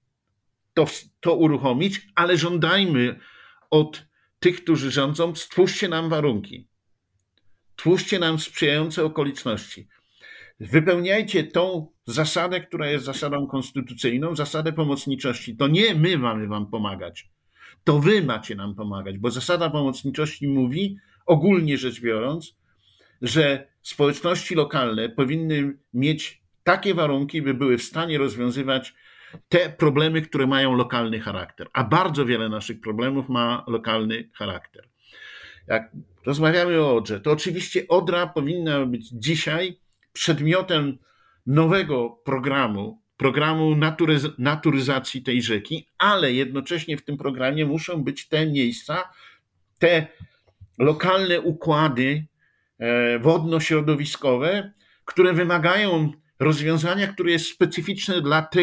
to uruchomić, ale żądajmy od tych, którzy rządzą, stwórzcie nam warunki. Twórzcie nam sprzyjające okoliczności. Wypełniajcie tą zasadę, która jest zasadą konstytucyjną, zasadę pomocniczości. To nie my mamy wam pomagać, to wy macie nam pomagać, bo zasada pomocniczości mówi, ogólnie rzecz biorąc, że społeczności lokalne powinny mieć takie warunki, by były w stanie rozwiązywać te problemy, które mają lokalny charakter. A bardzo wiele naszych problemów ma lokalny charakter. Jak rozmawiamy o Odrze, to oczywiście Odra powinna być dzisiaj przedmiotem nowego programu naturyzacji tej rzeki, ale jednocześnie w tym programie muszą być te miejsca, te lokalne układy wodno-środowiskowe, które wymagają rozwiązania, które jest specyficzne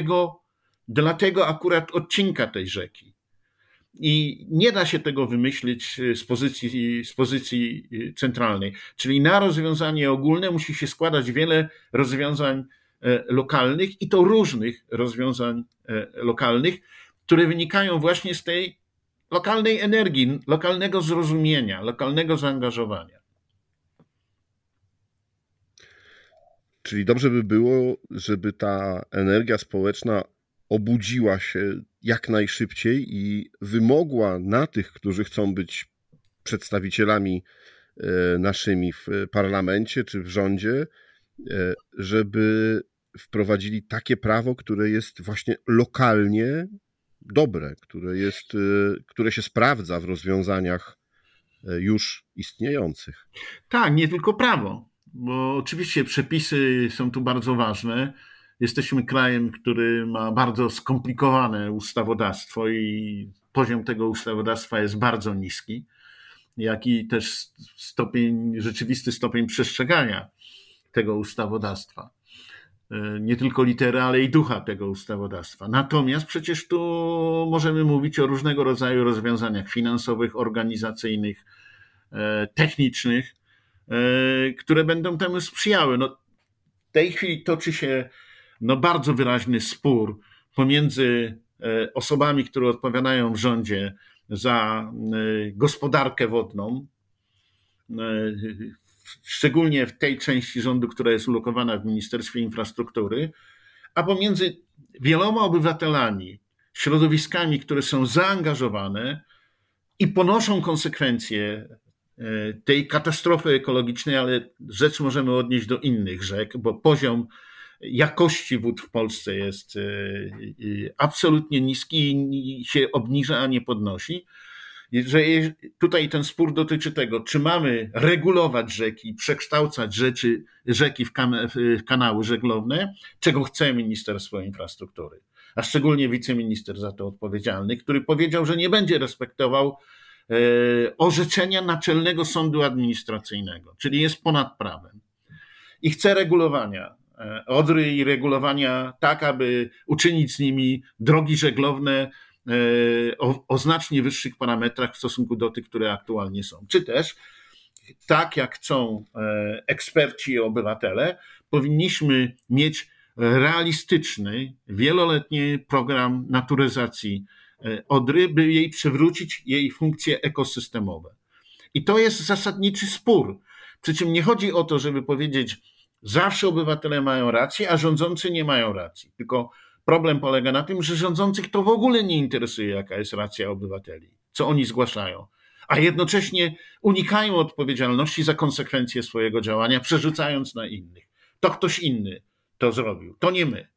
dla tego akurat odcinka tej rzeki. I nie da się tego wymyślić z pozycji centralnej. Czyli na rozwiązanie ogólne musi się składać wiele rozwiązań lokalnych i to różnych rozwiązań lokalnych, które wynikają właśnie z tej lokalnej energii, lokalnego zrozumienia, lokalnego zaangażowania. Czyli dobrze by było, żeby ta energia społeczna obudziła się jak najszybciej i wymogła na tych, którzy chcą być przedstawicielami naszymi w parlamencie czy w rządzie, żeby wprowadzili takie prawo, które jest właśnie lokalnie dobre, które się sprawdza w rozwiązaniach już istniejących. Tak, nie tylko prawo, bo oczywiście przepisy są tu bardzo ważne. Jesteśmy krajem, który ma bardzo skomplikowane ustawodawstwo i poziom tego ustawodawstwa jest bardzo niski, jak i też rzeczywisty stopień przestrzegania tego ustawodawstwa. Nie tylko litery, ale i ducha tego ustawodawstwa. Natomiast przecież tu możemy mówić o różnego rodzaju rozwiązaniach finansowych, organizacyjnych, technicznych, które będą temu sprzyjały. W tej chwili toczy się bardzo wyraźny spór pomiędzy osobami, które odpowiadają w rządzie za gospodarkę wodną, szczególnie w tej części rządu, która jest ulokowana w Ministerstwie Infrastruktury, a pomiędzy wieloma obywatelami, środowiskami, które są zaangażowane i ponoszą konsekwencje tej katastrofy ekologicznej, ale rzecz możemy odnieść do innych rzek, bo poziom jakości wód w Polsce jest absolutnie niski i się obniża, a nie podnosi. Że tutaj ten spór dotyczy tego, czy mamy regulować rzeki, przekształcać rzeki w kanały żeglowne, czego chce Ministerstwo Infrastruktury, a szczególnie wiceminister za to odpowiedzialny, który powiedział, że nie będzie respektował orzeczenia Naczelnego Sądu Administracyjnego, czyli jest ponad prawem i chce regulowania Odry i regulowania tak, aby uczynić z nimi drogi żeglowne o znacznie wyższych parametrach w stosunku do tych, które aktualnie są. Czy też, tak jak chcą eksperci i obywatele, powinniśmy mieć realistyczny, wieloletni program naturyzacji Odry, by jej przywrócić jej funkcje ekosystemowe. I to jest zasadniczy spór. Przy czym nie chodzi o to, żeby powiedzieć, zawsze obywatele mają rację, a rządzący nie mają racji. Tylko problem polega na tym, że rządzących to w ogóle nie interesuje, jaka jest racja obywateli, co oni zgłaszają, a jednocześnie unikają odpowiedzialności za konsekwencje swojego działania, przerzucając na innych. To ktoś inny to zrobił, to nie my.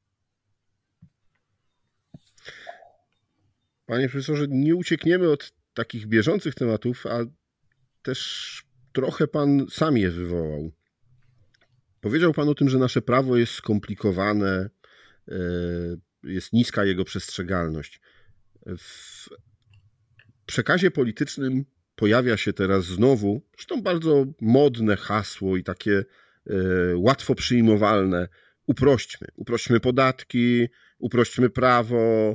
Panie profesorze, nie uciekniemy od takich bieżących tematów, a też trochę pan sam je wywołał. Powiedział pan o tym, że nasze prawo jest skomplikowane, jest niska jego przestrzegalność. W przekazie politycznym pojawia się teraz znowu, zresztą bardzo modne hasło i takie łatwo przyjmowalne: uprośćmy podatki, uprośćmy prawo.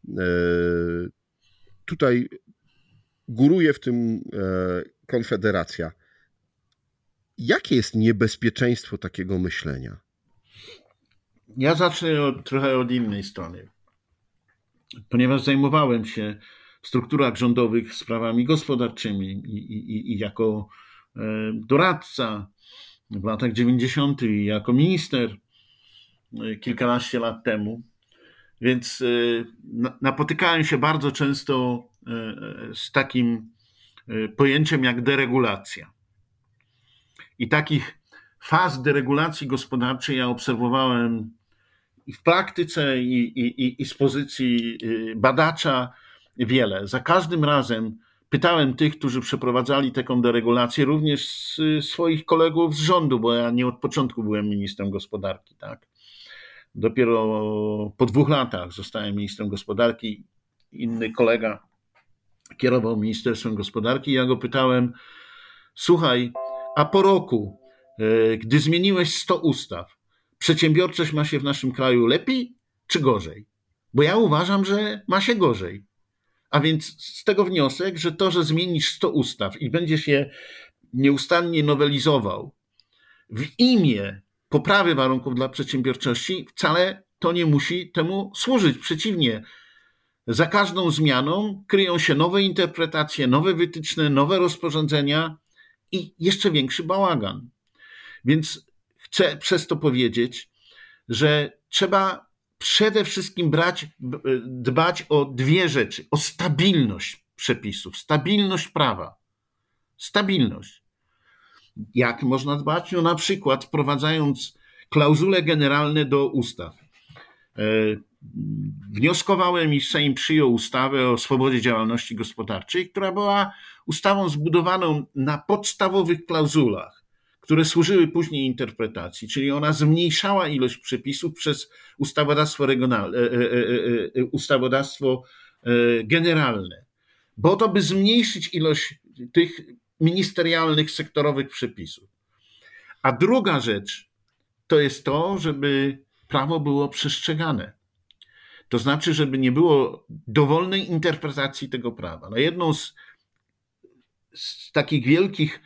Tutaj góruje w tym Konfederacja. Jakie jest niebezpieczeństwo takiego myślenia? Ja zacznę trochę od innej strony. Ponieważ zajmowałem się w strukturach rządowych sprawami gospodarczymi i jako doradca w latach 90. i jako minister kilkanaście lat temu, więc napotykałem się bardzo często z takim pojęciem jak deregulacja. I takich faz deregulacji gospodarczej ja obserwowałem i w praktyce, i z pozycji badacza wiele. Za każdym razem pytałem tych, którzy przeprowadzali taką deregulację, również swoich kolegów z rządu, bo ja nie od początku byłem ministrem gospodarki, tak? Dopiero po 2 latach zostałem ministrem gospodarki. Inny kolega kierował Ministerstwem Gospodarki i ja go pytałem: słuchaj, a po roku, gdy zmieniłeś 100 ustaw, przedsiębiorczość ma się w naszym kraju lepiej czy gorzej? Bo ja uważam, że ma się gorzej. A więc z tego wniosek, że to, że zmienisz 100 ustaw i będziesz je nieustannie nowelizował w imię poprawy warunków dla przedsiębiorczości, wcale to nie musi temu służyć. Przeciwnie, za każdą zmianą kryją się nowe interpretacje, nowe wytyczne, nowe rozporządzenia i jeszcze większy bałagan. Więc chcę przez to powiedzieć, że trzeba przede wszystkim dbać o 2 rzeczy. O stabilność przepisów, stabilność prawa. Stabilność. Jak można dbać? No na przykład wprowadzając klauzule generalne do ustaw. Wnioskowałem, iż Sejm przyjął ustawę o swobodzie działalności gospodarczej, która była ustawą zbudowaną na podstawowych klauzulach, które służyły później interpretacji, czyli ona zmniejszała ilość przepisów przez ustawodawstwo generalne, bo to by zmniejszyć ilość tych ministerialnych, sektorowych przepisów. A druga rzecz to jest to, żeby prawo było przestrzegane. To znaczy, żeby nie było dowolnej interpretacji tego prawa. No jedną z takich wielkich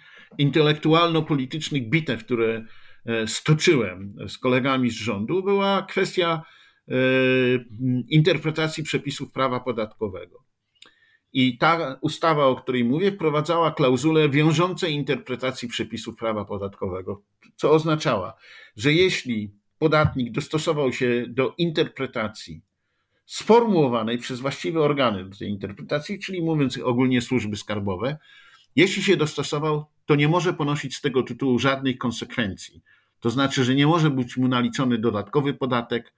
intelektualno-politycznych bitew, które stoczyłem z kolegami z rządu, była kwestia interpretacji przepisów prawa podatkowego. I ta ustawa, o której mówię, wprowadzała klauzulę wiążącej interpretacji przepisów prawa podatkowego, co oznaczało, że jeśli podatnik dostosował się do interpretacji sformułowanej przez właściwe organy do tej interpretacji, czyli mówiąc ogólnie służby skarbowe, jeśli się dostosował, to nie może ponosić z tego tytułu żadnych konsekwencji. To znaczy, że nie może być mu naliczony dodatkowy podatek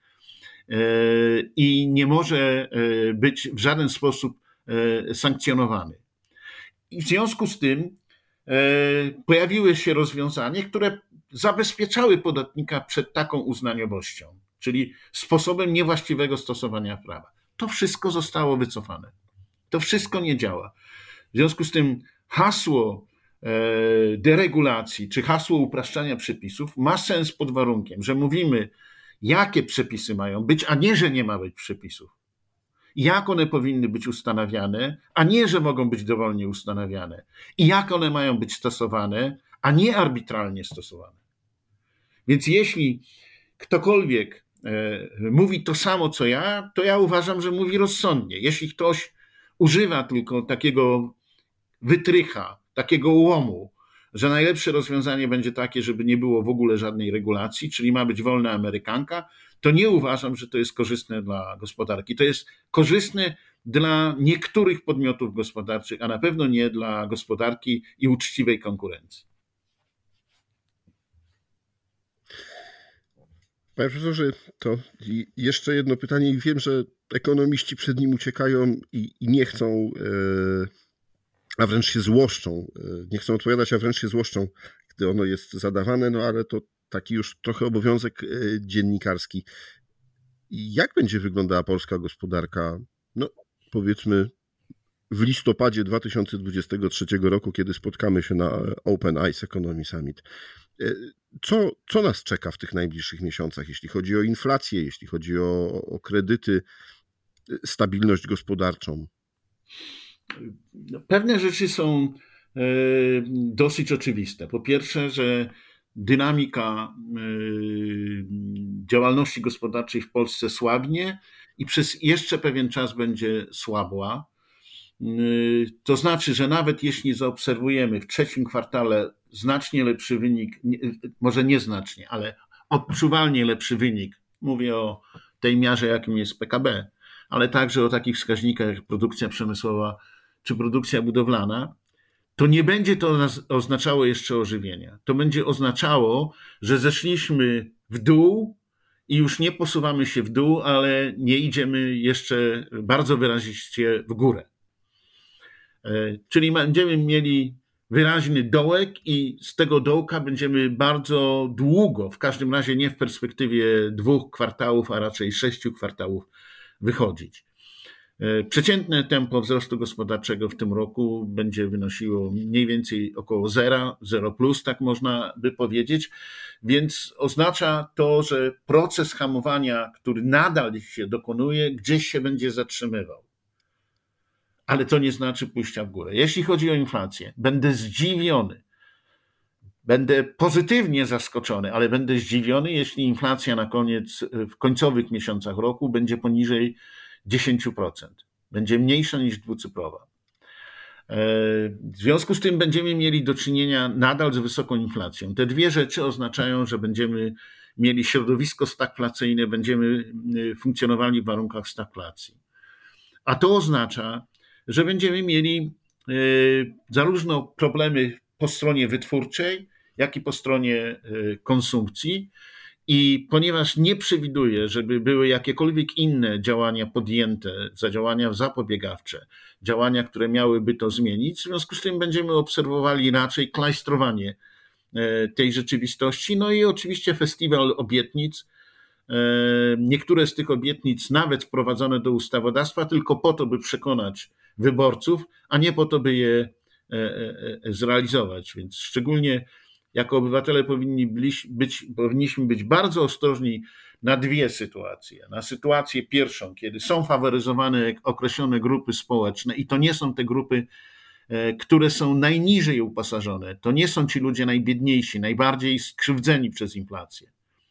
i nie może być w żaden sposób sankcjonowany. I w związku z tym pojawiły się rozwiązania, które zabezpieczały podatnika przed taką uznaniowością, czyli sposobem niewłaściwego stosowania prawa. To wszystko zostało wycofane. To wszystko nie działa. W związku z tym hasło deregulacji czy hasło upraszczania przepisów ma sens pod warunkiem, że mówimy, jakie przepisy mają być, a nie, że nie ma być przepisów. Jak one powinny być ustanawiane, a nie, że mogą być dowolnie ustanawiane. I jak one mają być stosowane, a nie arbitralnie stosowane. Więc jeśli ktokolwiek mówi to samo, co ja, to ja uważam, że mówi rozsądnie. Jeśli ktoś używa tylko takiego wytrycha, takiego łomu, że najlepsze rozwiązanie będzie takie, żeby nie było w ogóle żadnej regulacji, czyli ma być wolna amerykanka, to nie uważam, że to jest korzystne dla gospodarki. To jest korzystne dla niektórych podmiotów gospodarczych, a na pewno nie dla gospodarki i uczciwej konkurencji. Panie profesorze, to jeszcze jedno pytanie i wiem, że ekonomiści przed nim uciekają i nie chcą, a wręcz się złoszczą. Nie chcą odpowiadać, a wręcz się złoszczą, gdy ono jest zadawane, no ale to taki już trochę obowiązek dziennikarski. Jak będzie wyglądała polska gospodarka, no powiedzmy w listopadzie 2023 roku, kiedy spotkamy się na Open ICE Economy Summit? Co nas czeka w tych najbliższych miesiącach, jeśli chodzi o inflację, jeśli chodzi o kredyty, stabilność gospodarczą? Pewne rzeczy są dosyć oczywiste. Po pierwsze, że dynamika działalności gospodarczej w Polsce słabnie i przez jeszcze pewien czas będzie słabła. To znaczy, że nawet jeśli zaobserwujemy w trzecim kwartale znacznie lepszy wynik, może nieznacznie, ale odczuwalnie lepszy wynik, mówię o tej miarze, jakim jest PKB, ale także o takich wskaźnikach jak produkcja przemysłowa czy produkcja budowlana, to nie będzie to oznaczało jeszcze ożywienia. To będzie oznaczało, że zeszliśmy w dół i już nie posuwamy się w dół, ale nie idziemy jeszcze bardzo wyraziście w górę. Czyli będziemy mieli wyraźny dołek i z tego dołka będziemy bardzo długo, w każdym razie nie w perspektywie 2 kwartałów, a raczej 6 kwartałów wychodzić. Przeciętne tempo wzrostu gospodarczego w tym roku będzie wynosiło mniej więcej około 0 plus, tak można by powiedzieć, więc oznacza to, że proces hamowania, który nadal się dokonuje, gdzieś się będzie zatrzymywał. Ale to nie znaczy pójścia w górę. Jeśli chodzi o inflację, będę zdziwiony, będę pozytywnie zaskoczony, ale będę zdziwiony, jeśli inflacja na koniec, w końcowych miesiącach roku będzie poniżej 10%. Będzie mniejsza niż dwucyfrowa. W związku z tym będziemy mieli do czynienia nadal z wysoką inflacją. Te dwie rzeczy oznaczają, że będziemy mieli środowisko stagflacyjne, będziemy funkcjonowali w warunkach stagflacji. A to oznacza, że będziemy mieli zarówno problemy po stronie wytwórczej, jak i po stronie konsumpcji. I ponieważ nie przewiduję, żeby były jakiekolwiek inne działania podjęte, działania zapobiegawcze, działania, które miałyby to zmienić, w związku z tym będziemy obserwowali raczej klajstrowanie tej rzeczywistości. No i oczywiście festiwal obietnic. Niektóre z tych obietnic nawet wprowadzone do ustawodawstwa tylko po to, by przekonać wyborców, a nie po to, by je zrealizować. Więc szczególnie jako obywatele powinniśmy być bardzo ostrożni na dwie sytuacje. Na sytuację pierwszą, kiedy są faworyzowane określone grupy społeczne i to nie są te grupy, które są najniżej uposażone. To nie są ci ludzie najbiedniejsi, najbardziej skrzywdzeni przez inflację.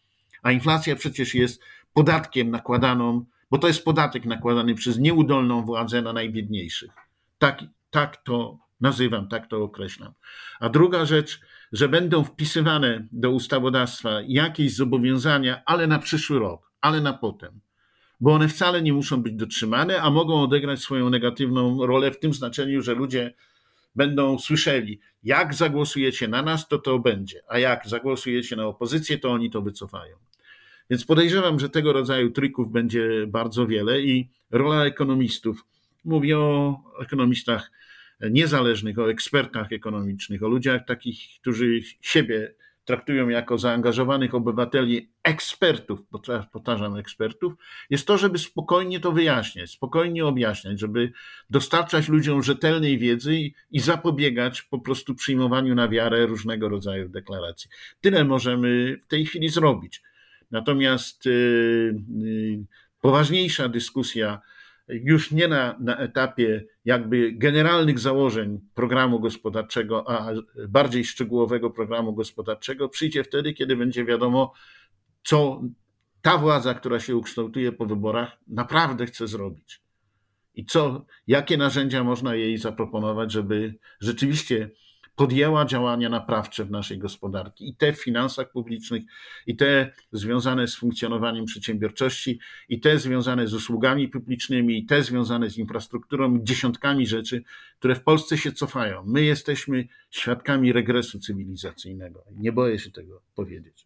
A inflacja przecież jest podatkiem nakładaną, bo to jest podatek nakładany przez nieudolną władzę na najbiedniejszych. Tak to nazywam, tak to określam. A druga rzecz, że będą wpisywane do ustawodawstwa jakieś zobowiązania, ale na przyszły rok, ale na potem, bo one wcale nie muszą być dotrzymane, a mogą odegrać swoją negatywną rolę w tym znaczeniu, że ludzie będą słyszeli, jak zagłosujecie na nas, to będzie, a jak zagłosujecie na opozycję, to oni to wycofają. Więc podejrzewam, że tego rodzaju trików będzie bardzo wiele i rola ekonomistów, mówię o ekonomistach niezależnych, o ekspertach ekonomicznych, o ludziach takich, którzy siebie traktują jako zaangażowanych obywateli, ekspertów, powtarzam, ekspertów, jest to, żeby spokojnie to wyjaśniać, spokojnie objaśniać, żeby dostarczać ludziom rzetelnej wiedzy i zapobiegać po prostu przyjmowaniu na wiarę różnego rodzaju deklaracji. Tyle możemy w tej chwili zrobić. Natomiast poważniejsza dyskusja już nie na etapie jakby generalnych założeń programu gospodarczego, a bardziej szczegółowego programu gospodarczego przyjdzie wtedy, kiedy będzie wiadomo, co ta władza, która się ukształtuje po wyborach, naprawdę chce zrobić. I jakie narzędzia można jej zaproponować, żeby rzeczywiście podjęła działania naprawcze w naszej gospodarce i te w finansach publicznych, i te związane z funkcjonowaniem przedsiębiorczości, i te związane z usługami publicznymi, i te związane z infrastrukturą, dziesiątkami rzeczy, które w Polsce się cofają. My jesteśmy świadkami regresu cywilizacyjnego. Nie boję się tego powiedzieć.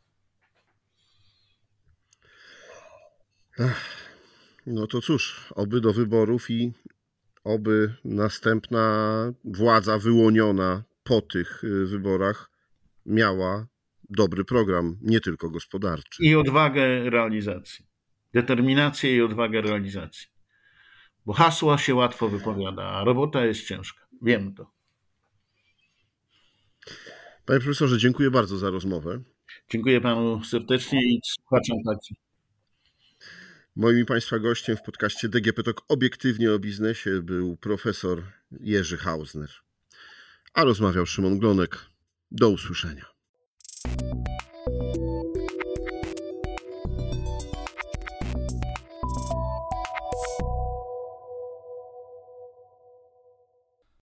No to cóż, oby do wyborów i oby następna władza wyłoniona po tych wyborach miała dobry program, nie tylko gospodarczy. I odwagę realizacji. Determinację i odwagę realizacji. Bo hasła się łatwo wypowiada, a robota jest ciężka. Wiem to. Panie profesorze, dziękuję bardzo za rozmowę. Dziękuję panu serdecznie i słuchaczom także. Moim i państwa gościem w podcaście DGP Talk obiektywnie o biznesie był profesor Jerzy Hausner. A rozmawiał Szymon Glonek. Do usłyszenia.